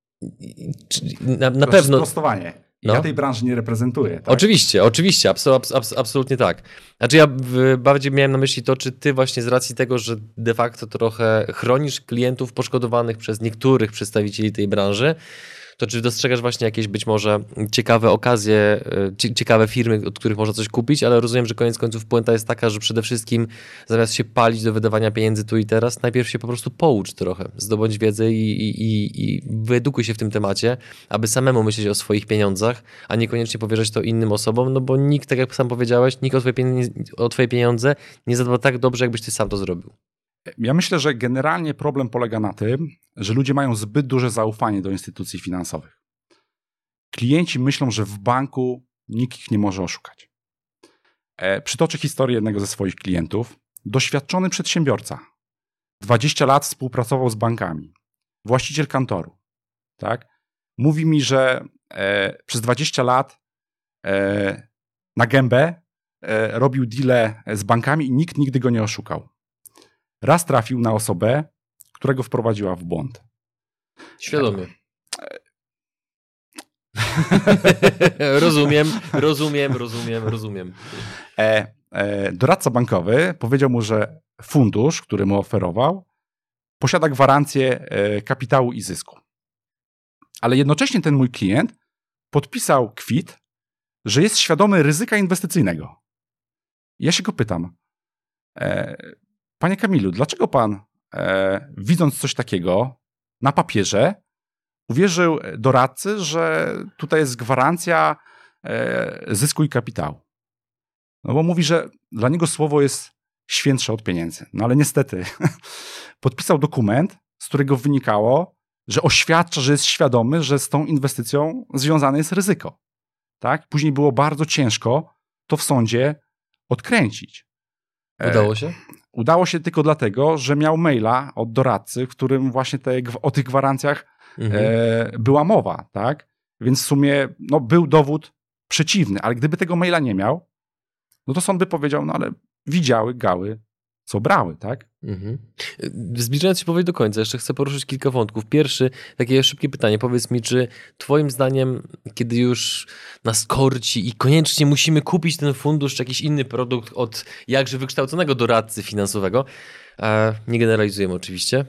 B: na, na pewno...
A: Sprostowanie. No. Ja tej branży nie reprezentuję. Tak?
B: Oczywiście, oczywiście, abso, abs, absolutnie tak. Znaczy ja bardziej miałem na myśli to, czy ty właśnie z racji tego, że de facto trochę chronisz klientów poszkodowanych przez niektórych przedstawicieli tej branży, To czy dostrzegasz właśnie jakieś być może ciekawe okazje, ciekawe firmy, od których można coś kupić, ale rozumiem, że koniec końców puenta jest taka, że przede wszystkim zamiast się palić do wydawania pieniędzy tu i teraz, najpierw się po prostu poucz trochę, zdobądź wiedzę i, i, i wyedukuj się w tym temacie, aby samemu myśleć o swoich pieniądzach, a niekoniecznie powierzać to innym osobom, no bo nikt, tak jak sam powiedziałeś, nikt o twoje pieniądze, o twoje pieniądze nie zadba tak dobrze, jakbyś ty sam to zrobił.
A: Ja myślę, że generalnie problem polega na tym, że ludzie mają zbyt duże zaufanie do instytucji finansowych. Klienci myślą, że w banku nikt ich nie może oszukać. E, przytoczę historię jednego ze swoich klientów. Doświadczony przedsiębiorca. dwadzieścia lat współpracował z bankami. Właściciel kantoru. Tak? Mówi mi, że e, przez dwadzieścia lat e, na gębę e, robił deale z bankami i nikt nigdy go nie oszukał. Raz trafił na osobę, która go wprowadziła w błąd.
B: Świadomie. rozumiem, rozumiem, rozumiem, rozumiem.
A: E, e, doradca bankowy powiedział mu, że fundusz, który mu oferował, posiada gwarancję e, kapitału i zysku. Ale jednocześnie ten mój klient podpisał kwit, że jest świadomy ryzyka inwestycyjnego. Ja się go pytam, e, panie Kamilu, dlaczego pan, e, widząc coś takiego na papierze, uwierzył doradcy, że tutaj jest gwarancja e, zysku i kapitału? No bo mówi, że dla niego słowo jest świętsze od pieniędzy. No ale niestety podpisał dokument, z którego wynikało, że oświadcza, że jest świadomy, że z tą inwestycją związane jest ryzyko. Tak? Później było bardzo ciężko to w sądzie odkręcić.
B: Udało się?
A: Udało się tylko dlatego, że miał maila od doradcy, w którym właśnie te, o tych gwarancjach mhm. e, była mowa. Tak? Więc w sumie no, był dowód przeciwny, ale gdyby tego maila nie miał, no to sąd by powiedział, no ale widziały gały, co brały, tak?
B: Mhm. Zbliżając się powoli do końca, jeszcze chcę poruszyć kilka wątków. Pierwszy, takie szybkie pytanie. Powiedz mi, czy twoim zdaniem, kiedy już nas korci i koniecznie musimy kupić ten fundusz czy jakiś inny produkt od jakże wykształconego doradcy finansowego, e, nie generalizujemy oczywiście,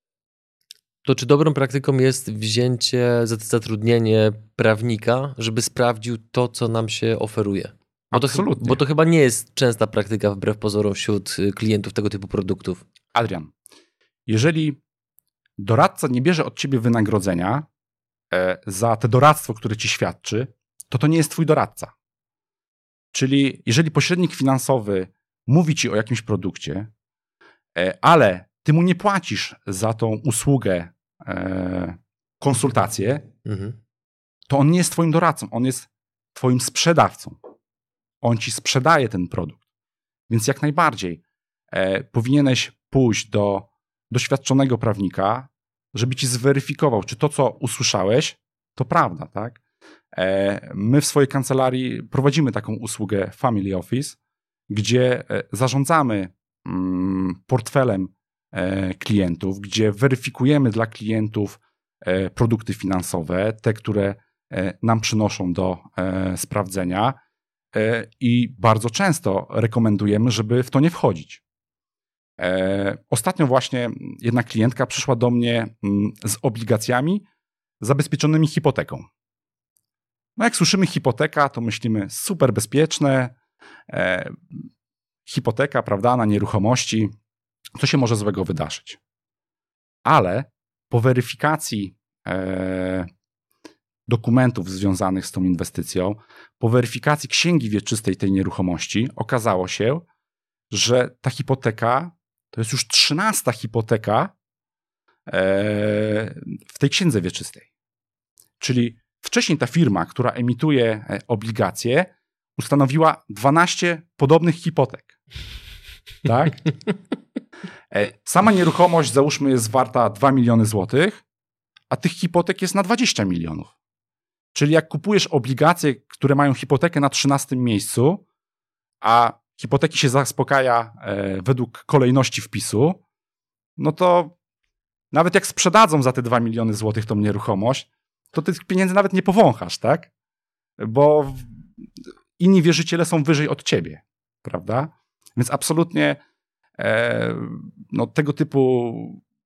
B: to czy dobrą praktyką jest wzięcie, zatrudnienie prawnika, żeby sprawdził to, co nam się oferuje? Bo to,
A: Absolutnie.
B: Bo to chyba nie jest częsta praktyka wbrew pozorom wśród klientów tego typu produktów.
A: Adrian, jeżeli doradca nie bierze od ciebie wynagrodzenia e, za te doradztwo, które ci świadczy, to to nie jest twój doradca. Czyli jeżeli pośrednik finansowy mówi ci o jakimś produkcie, e, ale ty mu nie płacisz za tą usługę, e, konsultację, mhm. to on nie jest twoim doradcą, on jest twoim sprzedawcą. On ci sprzedaje ten produkt. Więc jak najbardziej e, powinieneś pójść do doświadczonego prawnika, żeby ci zweryfikował, czy to, co usłyszałeś, to prawda, tak? E, my w swojej kancelarii prowadzimy taką usługę Family Office, gdzie e, zarządzamy mm, portfelem e, klientów, gdzie weryfikujemy dla klientów e, produkty finansowe, te, które e, nam przynoszą do e, sprawdzenia. I bardzo często rekomendujemy, żeby w to nie wchodzić. Ostatnio właśnie jedna klientka przyszła do mnie z obligacjami zabezpieczonymi hipoteką. No jak słyszymy hipoteka, to myślimy super bezpieczne, hipoteka, prawda, na nieruchomości, co się może złego wydarzyć. Ale po weryfikacji dokumentów związanych z tą inwestycją, po weryfikacji księgi wieczystej tej nieruchomości okazało się, że ta hipoteka to jest już trzynasta hipoteka w tej księdze wieczystej. Czyli wcześniej ta firma, która emituje obligacje, ustanowiła dwanaście podobnych hipotek. Tak? Sama nieruchomość, załóżmy, jest warta dwa miliony złotych, a tych hipotek jest na dwadzieścia milionów. Czyli jak kupujesz obligacje, które mają hipotekę na trzynastym miejscu, a hipoteki się zaspokaja e, według kolejności wpisu, no to nawet jak sprzedadzą za te dwa miliony złotych tą nieruchomość, to tych pieniędzy nawet nie powąchasz, tak? Bo inni wierzyciele są wyżej od ciebie, prawda? Więc absolutnie e, no, tego typu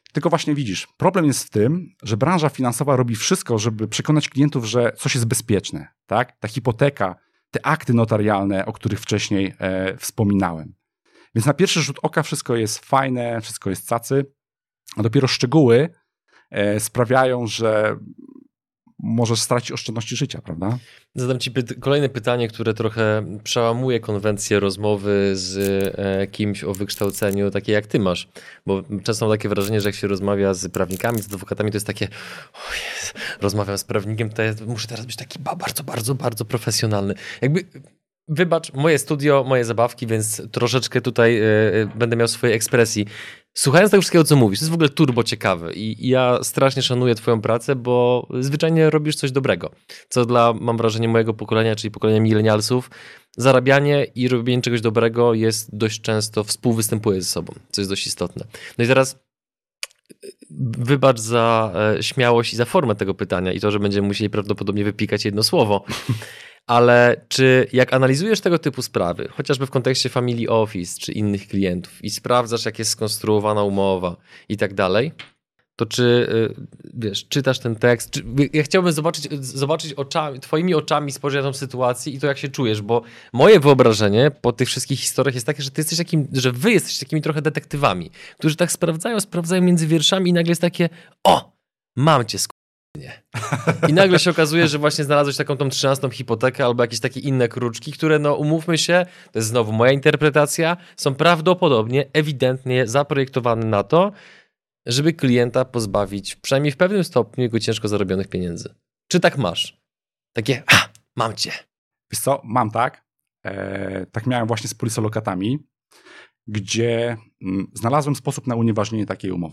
A: Tylko właśnie widzisz, problem jest w tym, że branża finansowa robi wszystko, żeby przekonać klientów, że coś jest bezpieczne. Tak? Ta hipoteka, te akty notarialne, o których wcześniej e, wspominałem. Więc na pierwszy rzut oka wszystko jest fajne, wszystko jest cacy, a dopiero szczegóły e, sprawiają, że możesz stracić oszczędności życia, prawda?
B: Zadam ci py- kolejne pytanie, które trochę przełamuje konwencję rozmowy z e, kimś o wykształceniu takie jak ty masz, bo często mam takie wrażenie, że jak się rozmawia z prawnikami, z adwokatami, to jest takie o Jezu, rozmawiam z prawnikiem, to ja muszę teraz być taki bardzo, bardzo, bardzo profesjonalny. Jakby wybacz, moje studio, moje zabawki, więc troszeczkę tutaj e, będę miał swojej ekspresji. Słuchając tego wszystkiego, co mówisz, to jest w ogóle turbo ciekawe i, i ja strasznie szanuję twoją pracę, bo zwyczajnie robisz coś dobrego, co dla, mam wrażenie, mojego pokolenia, czyli pokolenia milenialsów, zarabianie i robienie czegoś dobrego jest dość często, współwystępuje ze sobą, co jest dość istotne. No i teraz wybacz za e, śmiałość i za formę tego pytania i to, że będziemy musieli prawdopodobnie wypikać jedno słowo, ale czy jak analizujesz tego typu sprawy, chociażby w kontekście Family Office czy innych klientów i sprawdzasz, jak jest skonstruowana umowa i tak dalej, to czy wiesz, czytasz ten tekst? Czy, ja chciałbym zobaczyć, zobaczyć oczami, twoimi oczami spojrzeć na tą sytuację i to, jak się czujesz, bo moje wyobrażenie po tych wszystkich historiach jest takie, że ty jesteś takim, że wy jesteście takimi trochę detektywami, którzy tak sprawdzają, sprawdzają między wierszami i nagle jest takie, o, mam cię, nie. I nagle się okazuje, że właśnie znalazłeś taką tą trzynastą hipotekę albo jakieś takie inne kruczki, które, no umówmy się, to jest znowu moja interpretacja, są prawdopodobnie, ewidentnie zaprojektowane na to, żeby klienta pozbawić, przynajmniej w pewnym stopniu, jego ciężko zarobionych pieniędzy. Czy tak masz? Takie, a, mam cię.
A: Wiesz co, mam tak. E, tak miałem właśnie z polisolokatami, gdzie m, znalazłem sposób na unieważnienie takiej umowy.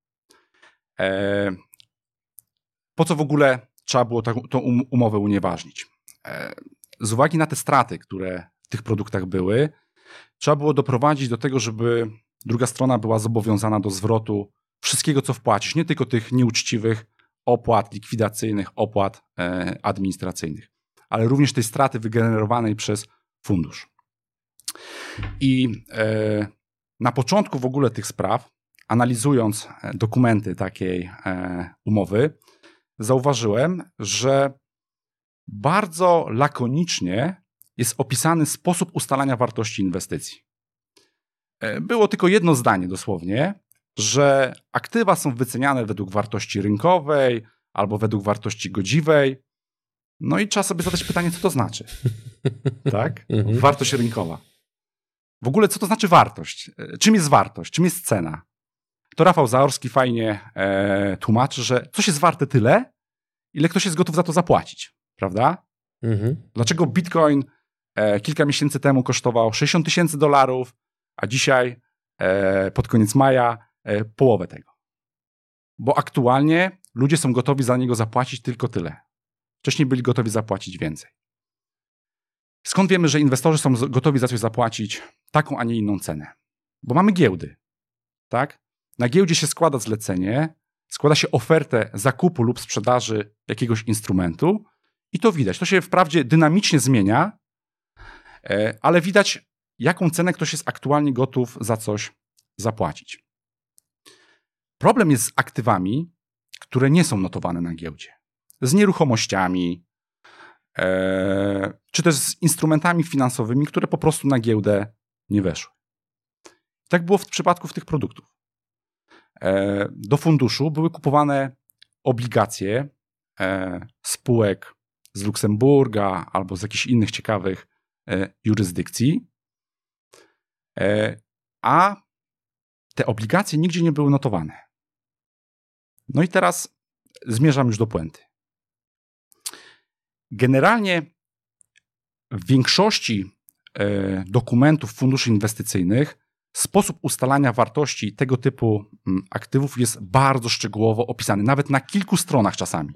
A: E, Po co w ogóle trzeba było tą, tą umowę unieważnić? Z uwagi na te straty, które w tych produktach były, trzeba było doprowadzić do tego, żeby druga strona była zobowiązana do zwrotu wszystkiego, co wpłacisz, nie tylko tych nieuczciwych opłat likwidacyjnych, opłat e, administracyjnych, ale również tej straty wygenerowanej przez fundusz. I e, na początku w ogóle tych spraw, analizując dokumenty takiej e, umowy, zauważyłem, że bardzo lakonicznie jest opisany sposób ustalania wartości inwestycji. Było tylko jedno zdanie dosłownie, że aktywa są wyceniane według wartości rynkowej albo według wartości godziwej. No i trzeba sobie zadać pytanie, co to znaczy. Tak? Wartość rynkowa. W ogóle co to znaczy wartość? Czym jest wartość? Czym jest cena? To Rafał Zaorski fajnie e, tłumaczy, że coś jest warte tyle, ile ktoś jest gotów za to zapłacić, prawda? Mhm. Dlaczego Bitcoin e, kilka miesięcy temu kosztował sześćdziesiąt tysięcy dolarów, a dzisiaj e, pod koniec maja e, połowę tego? Bo aktualnie ludzie są gotowi za niego zapłacić tylko tyle. Wcześniej byli gotowi zapłacić więcej. Skąd wiemy, że inwestorzy są gotowi za coś zapłacić taką, a nie inną cenę? Bo mamy giełdy, tak? Na giełdzie się składa zlecenie, składa się ofertę zakupu lub sprzedaży jakiegoś instrumentu i to widać. To się wprawdzie dynamicznie zmienia, ale widać, jaką cenę ktoś jest aktualnie gotów za coś zapłacić. Problem jest z aktywami, które nie są notowane na giełdzie. Z nieruchomościami, czy też z instrumentami finansowymi, które po prostu na giełdę nie weszły. Tak było w przypadku tych produktów. Do funduszu były kupowane obligacje spółek z Luksemburga albo z jakichś innych ciekawych jurysdykcji, a te obligacje nigdzie nie były notowane. No i teraz zmierzam już do puenty. Generalnie w większości dokumentów funduszy inwestycyjnych sposób ustalania wartości tego typu aktywów jest bardzo szczegółowo opisany, nawet na kilku stronach czasami.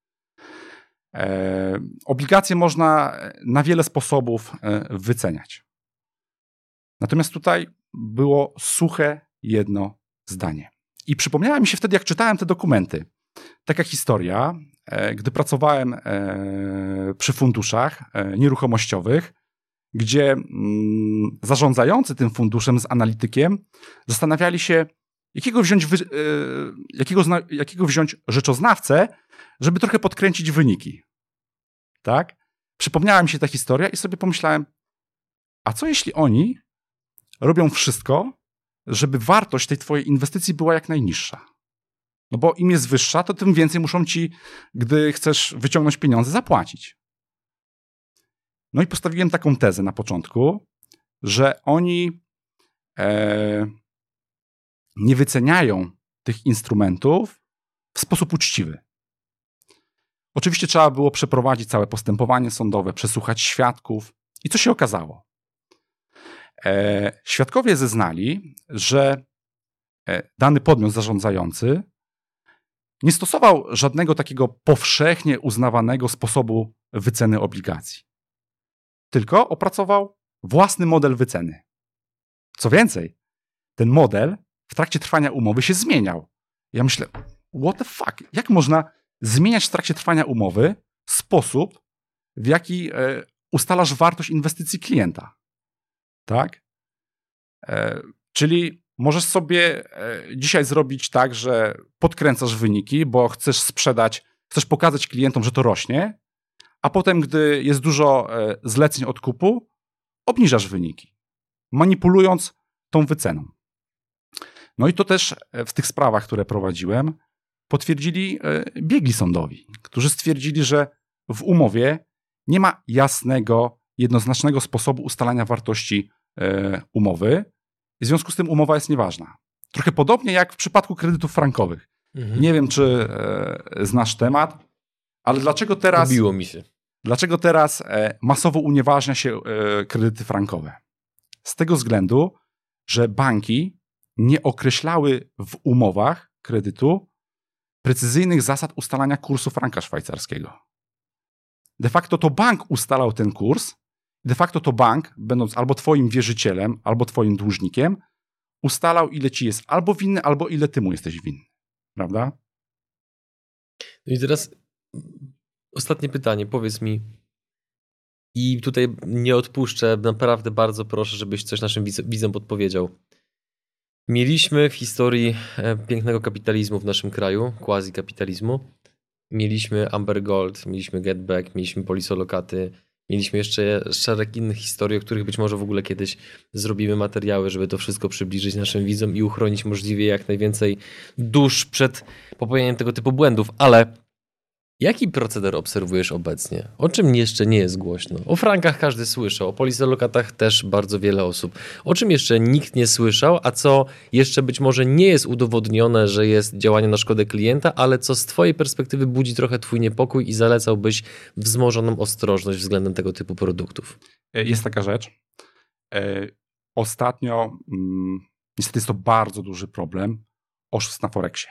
A: E, obligacje można na wiele sposobów wyceniać. Natomiast tutaj było suche jedno zdanie. I przypomniała mi się wtedy, jak czytałem te dokumenty, taka historia, e, gdy pracowałem e, przy funduszach e, nieruchomościowych, gdzie mm, zarządzający tym funduszem z analitykiem zastanawiali się, jakiego wziąć, wy, jakiego, jakiego wziąć rzeczoznawcę, żeby trochę podkręcić wyniki. Tak? Przypomniała mi się ta historia i sobie pomyślałem, a co jeśli oni robią wszystko, żeby wartość tej twojej inwestycji była jak najniższa? No bo im jest wyższa, to tym więcej muszą ci, gdy chcesz wyciągnąć pieniądze, zapłacić. No i postawiłem taką tezę na początku, że oni e, nie wyceniają tych instrumentów w sposób uczciwy. Oczywiście trzeba było przeprowadzić całe postępowanie sądowe, przesłuchać świadków. I co się okazało? E, świadkowie zeznali, że e, dany podmiot zarządzający nie stosował żadnego takiego powszechnie uznawanego sposobu wyceny obligacji. Tylko opracował własny model wyceny. Co więcej, ten model w trakcie trwania umowy się zmieniał. Ja myślę, what the fuck? Jak można zmieniać w trakcie trwania umowy sposób, w jaki e, ustalasz wartość inwestycji klienta? Tak? E, czyli możesz sobie e, dzisiaj zrobić tak, że podkręcasz wyniki, bo chcesz sprzedać, chcesz pokazać klientom, że to rośnie, a potem, gdy jest dużo e, zleceń odkupu, obniżasz wyniki, manipulując tą wyceną. No i to też w tych sprawach, które prowadziłem, potwierdzili biegli sądowi, którzy stwierdzili, że w umowie nie ma jasnego, jednoznacznego sposobu ustalania wartości umowy. W związku z tym umowa jest nieważna. Trochę podobnie jak w przypadku kredytów frankowych. Mhm. Nie wiem, czy znasz temat, ale dlaczego teraz...
B: Obiło mi się.
A: Dlaczego teraz masowo unieważnia się kredyty frankowe? Z tego względu, że banki nie określały w umowach kredytu precyzyjnych zasad ustalania kursu franka szwajcarskiego. De facto to bank ustalał ten kurs, de facto to bank, będąc albo twoim wierzycielem, albo twoim dłużnikiem, ustalał, ile ci jest albo winny, albo ile ty mu jesteś winny. Prawda?
B: No i teraz ostatnie pytanie, powiedz mi, i tutaj nie odpuszczę, naprawdę bardzo proszę, żebyś coś naszym widzom podpowiedział. Mieliśmy w historii pięknego kapitalizmu w naszym kraju, quasi-kapitalizmu, mieliśmy Amber Gold, mieliśmy Getback, mieliśmy polisolokaty, mieliśmy jeszcze szereg innych historii, o których być może w ogóle kiedyś zrobimy materiały, żeby to wszystko przybliżyć naszym widzom i uchronić możliwie jak najwięcej dusz przed popełnieniem tego typu błędów, ale jaki proceder obserwujesz obecnie? O czym jeszcze nie jest głośno? O frankach każdy słyszał, o polisolokatach też bardzo wiele osób. O czym jeszcze nikt nie słyszał, a co jeszcze być może nie jest udowodnione, że jest działanie na szkodę klienta, ale co z twojej perspektywy budzi trochę twój niepokój i zalecałbyś wzmożoną ostrożność względem tego typu produktów?
A: Jest taka rzecz. Ostatnio, niestety jest to bardzo duży problem, oszustw na Forexie.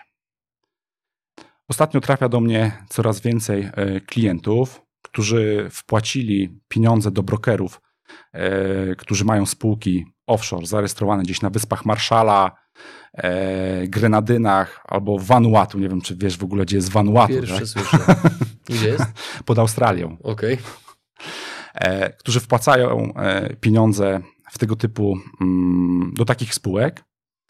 A: Ostatnio trafia do mnie coraz więcej klientów, którzy wpłacili pieniądze do brokerów, którzy mają spółki offshore zarejestrowane gdzieś na Wyspach Marszala, Grenadynach albo Vanuatu. Nie wiem, czy wiesz w ogóle, gdzie jest Vanuatu.
B: Pierwszy
A: tak?
B: słyszę. Gdzie jest?
A: Pod Australią.
B: Okej.
A: Okay. Którzy wpłacają pieniądze w tego typu, do takich spółek.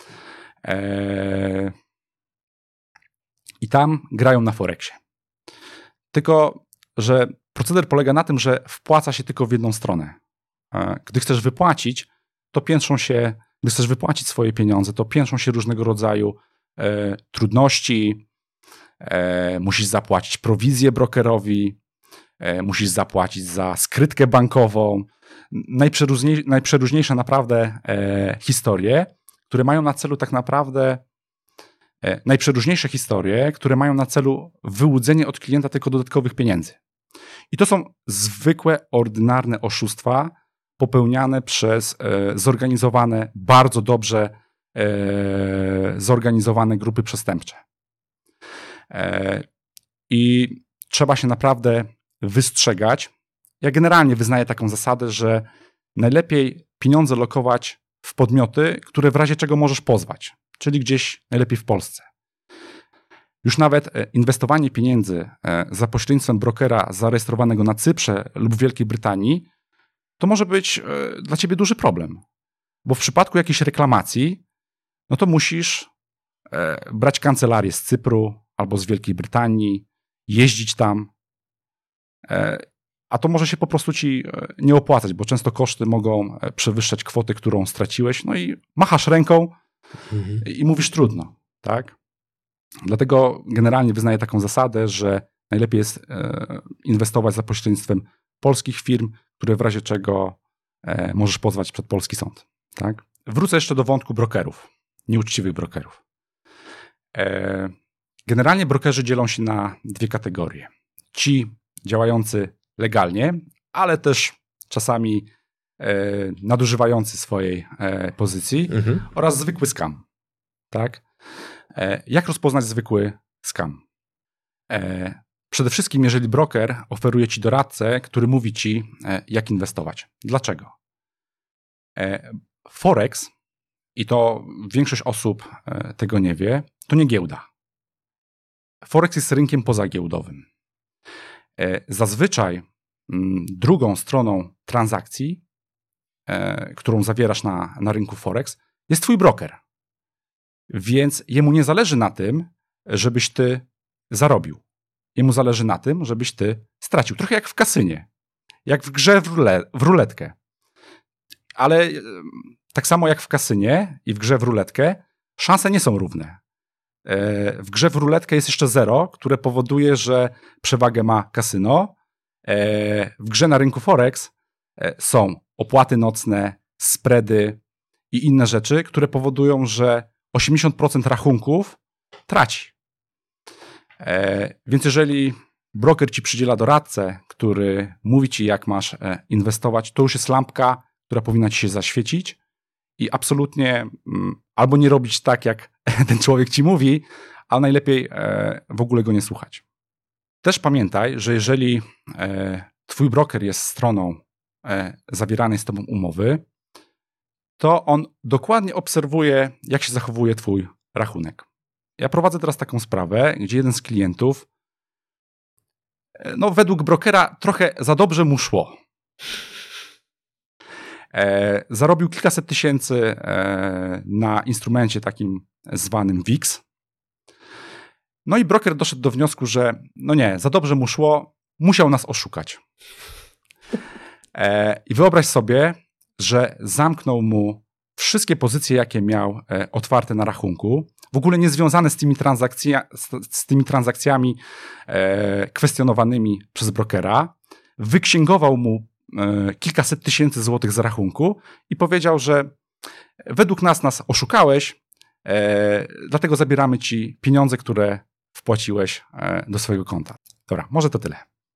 A: I tam grają na Forexie. Tylko, że proceder polega na tym, że wpłaca się tylko w jedną stronę. Gdy chcesz wypłacić, to piętrzą się, gdy chcesz wypłacić swoje pieniądze, to piętrzą się różnego rodzaju e, trudności. E, musisz zapłacić prowizję brokerowi, e, musisz zapłacić za skrytkę bankową. Najprzeróżniej, najprzeróżniejsze naprawdę e, historie, które mają na celu tak naprawdę najprzeróżniejsze historie, które mają na celu wyłudzenie od klienta tylko dodatkowych pieniędzy. I to są zwykłe, ordynarne oszustwa popełniane przez e, zorganizowane, bardzo dobrze e, zorganizowane grupy przestępcze. E, I trzeba się naprawdę wystrzegać. Ja generalnie wyznaję taką zasadę, że najlepiej pieniądze lokować w podmioty, które w razie czego możesz pozwać. Czyli gdzieś najlepiej w Polsce. Już nawet inwestowanie pieniędzy za pośrednictwem brokera zarejestrowanego na Cyprze lub w Wielkiej Brytanii to może być dla ciebie duży problem. Bo w przypadku jakiejś reklamacji, no to musisz e, brać kancelarię z Cypru albo z Wielkiej Brytanii, jeździć tam, e, a to może się po prostu ci nie opłacać, bo często koszty mogą przewyższać kwotę, którą straciłeś, no i machasz ręką mhm. i mówisz trudno, tak? Dlatego generalnie wyznaję taką zasadę, że najlepiej jest e, inwestować za pośrednictwem polskich firm, które w razie czego e, możesz pozwać przed polski sąd, tak? Wrócę jeszcze do wątku brokerów, nieuczciwych brokerów. E, generalnie brokerzy dzielą się na dwie kategorie. Ci działający legalnie, ale też czasami e, nadużywający swojej e, pozycji mhm. oraz zwykły scam, tak? E, jak rozpoznać zwykły scam? E, przede wszystkim, jeżeli broker oferuje ci doradcę, który mówi ci, e, jak inwestować. Dlaczego? E, Forex, i to większość osób e, tego nie wie, to nie giełda. Forex jest rynkiem pozagiełdowym. E, zazwyczaj m, drugą stroną transakcji, e, którą zawierasz na, na rynku Forex, jest twój broker. Więc jemu nie zależy na tym, żebyś ty zarobił. Jemu zależy na tym, żebyś ty stracił. Trochę jak w kasynie. Jak w grze w, rule, w ruletkę. Ale tak samo jak w kasynie i w grze w ruletkę, szanse nie są równe. W grze w ruletkę jest jeszcze zero, które powoduje, że przewagę ma kasyno. W grze na rynku Forex są opłaty nocne, spready i inne rzeczy, które powodują, że osiemdziesiąt procent rachunków traci. E, więc jeżeli broker ci przydziela doradcę, który mówi ci, jak masz e, inwestować, to już jest lampka, która powinna ci się zaświecić i absolutnie m, albo nie robić tak, jak ten człowiek ci mówi, a najlepiej e, w ogóle go nie słuchać. Też pamiętaj, że jeżeli e, twój broker jest stroną e, zawieranej z tobą umowy, to on dokładnie obserwuje, jak się zachowuje twój rachunek. Ja prowadzę teraz taką sprawę, gdzie jeden z klientów, no według brokera trochę za dobrze mu szło. E, zarobił kilkaset tysięcy e, na instrumencie takim zwanym V I X. No i broker doszedł do wniosku, że no nie, za dobrze mu szło, musiał nas oszukać. E, I wyobraź sobie, że zamknął mu wszystkie pozycje, jakie miał e, otwarte na rachunku, w ogóle niezwiązane z tymi, transakcja, z, z tymi transakcjami e, kwestionowanymi przez brokera, wyksięgował mu e, kilkaset tysięcy złotych z rachunku i powiedział, że według nas nas oszukałeś, e, dlatego zabieramy ci pieniądze, które wpłaciłeś e, do swojego konta. Dobra, może to tyle.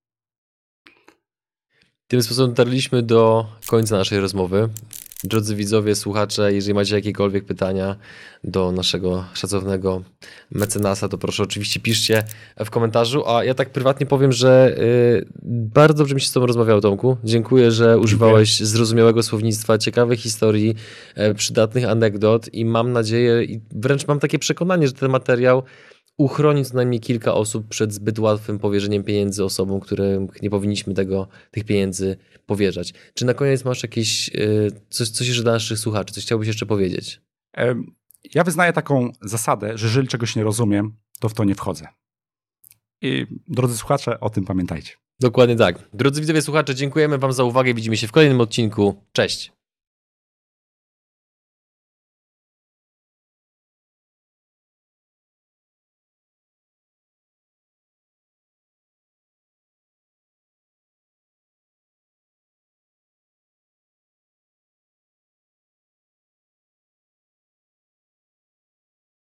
B: Tym sposobem dotarliśmy do końca naszej rozmowy. Drodzy widzowie, słuchacze, jeżeli macie jakiekolwiek pytania do naszego szacownego mecenasa, to proszę oczywiście piszcie w komentarzu, a ja tak prywatnie powiem, że yy, bardzo dobrze mi się z tobą rozmawiało, Tomku. Dziękuję, że używałeś zrozumiałego słownictwa, ciekawych historii, yy, przydatnych anegdot i mam nadzieję i wręcz mam takie przekonanie, że ten materiał uchroni co najmniej kilka osób przed zbyt łatwym powierzeniem pieniędzy osobom, którym nie powinniśmy tego, tych pieniędzy powierzać. Czy na koniec masz jakieś coś, coś jeszcze dla naszych słuchaczy? Coś chciałbyś jeszcze powiedzieć?
A: Ja wyznaję taką zasadę, że jeżeli czegoś nie rozumiem, to w to nie wchodzę. I drodzy słuchacze, o tym pamiętajcie.
B: Dokładnie tak. Drodzy widzowie, słuchacze, dziękujemy wam za uwagę. Widzimy się w kolejnym odcinku. Cześć!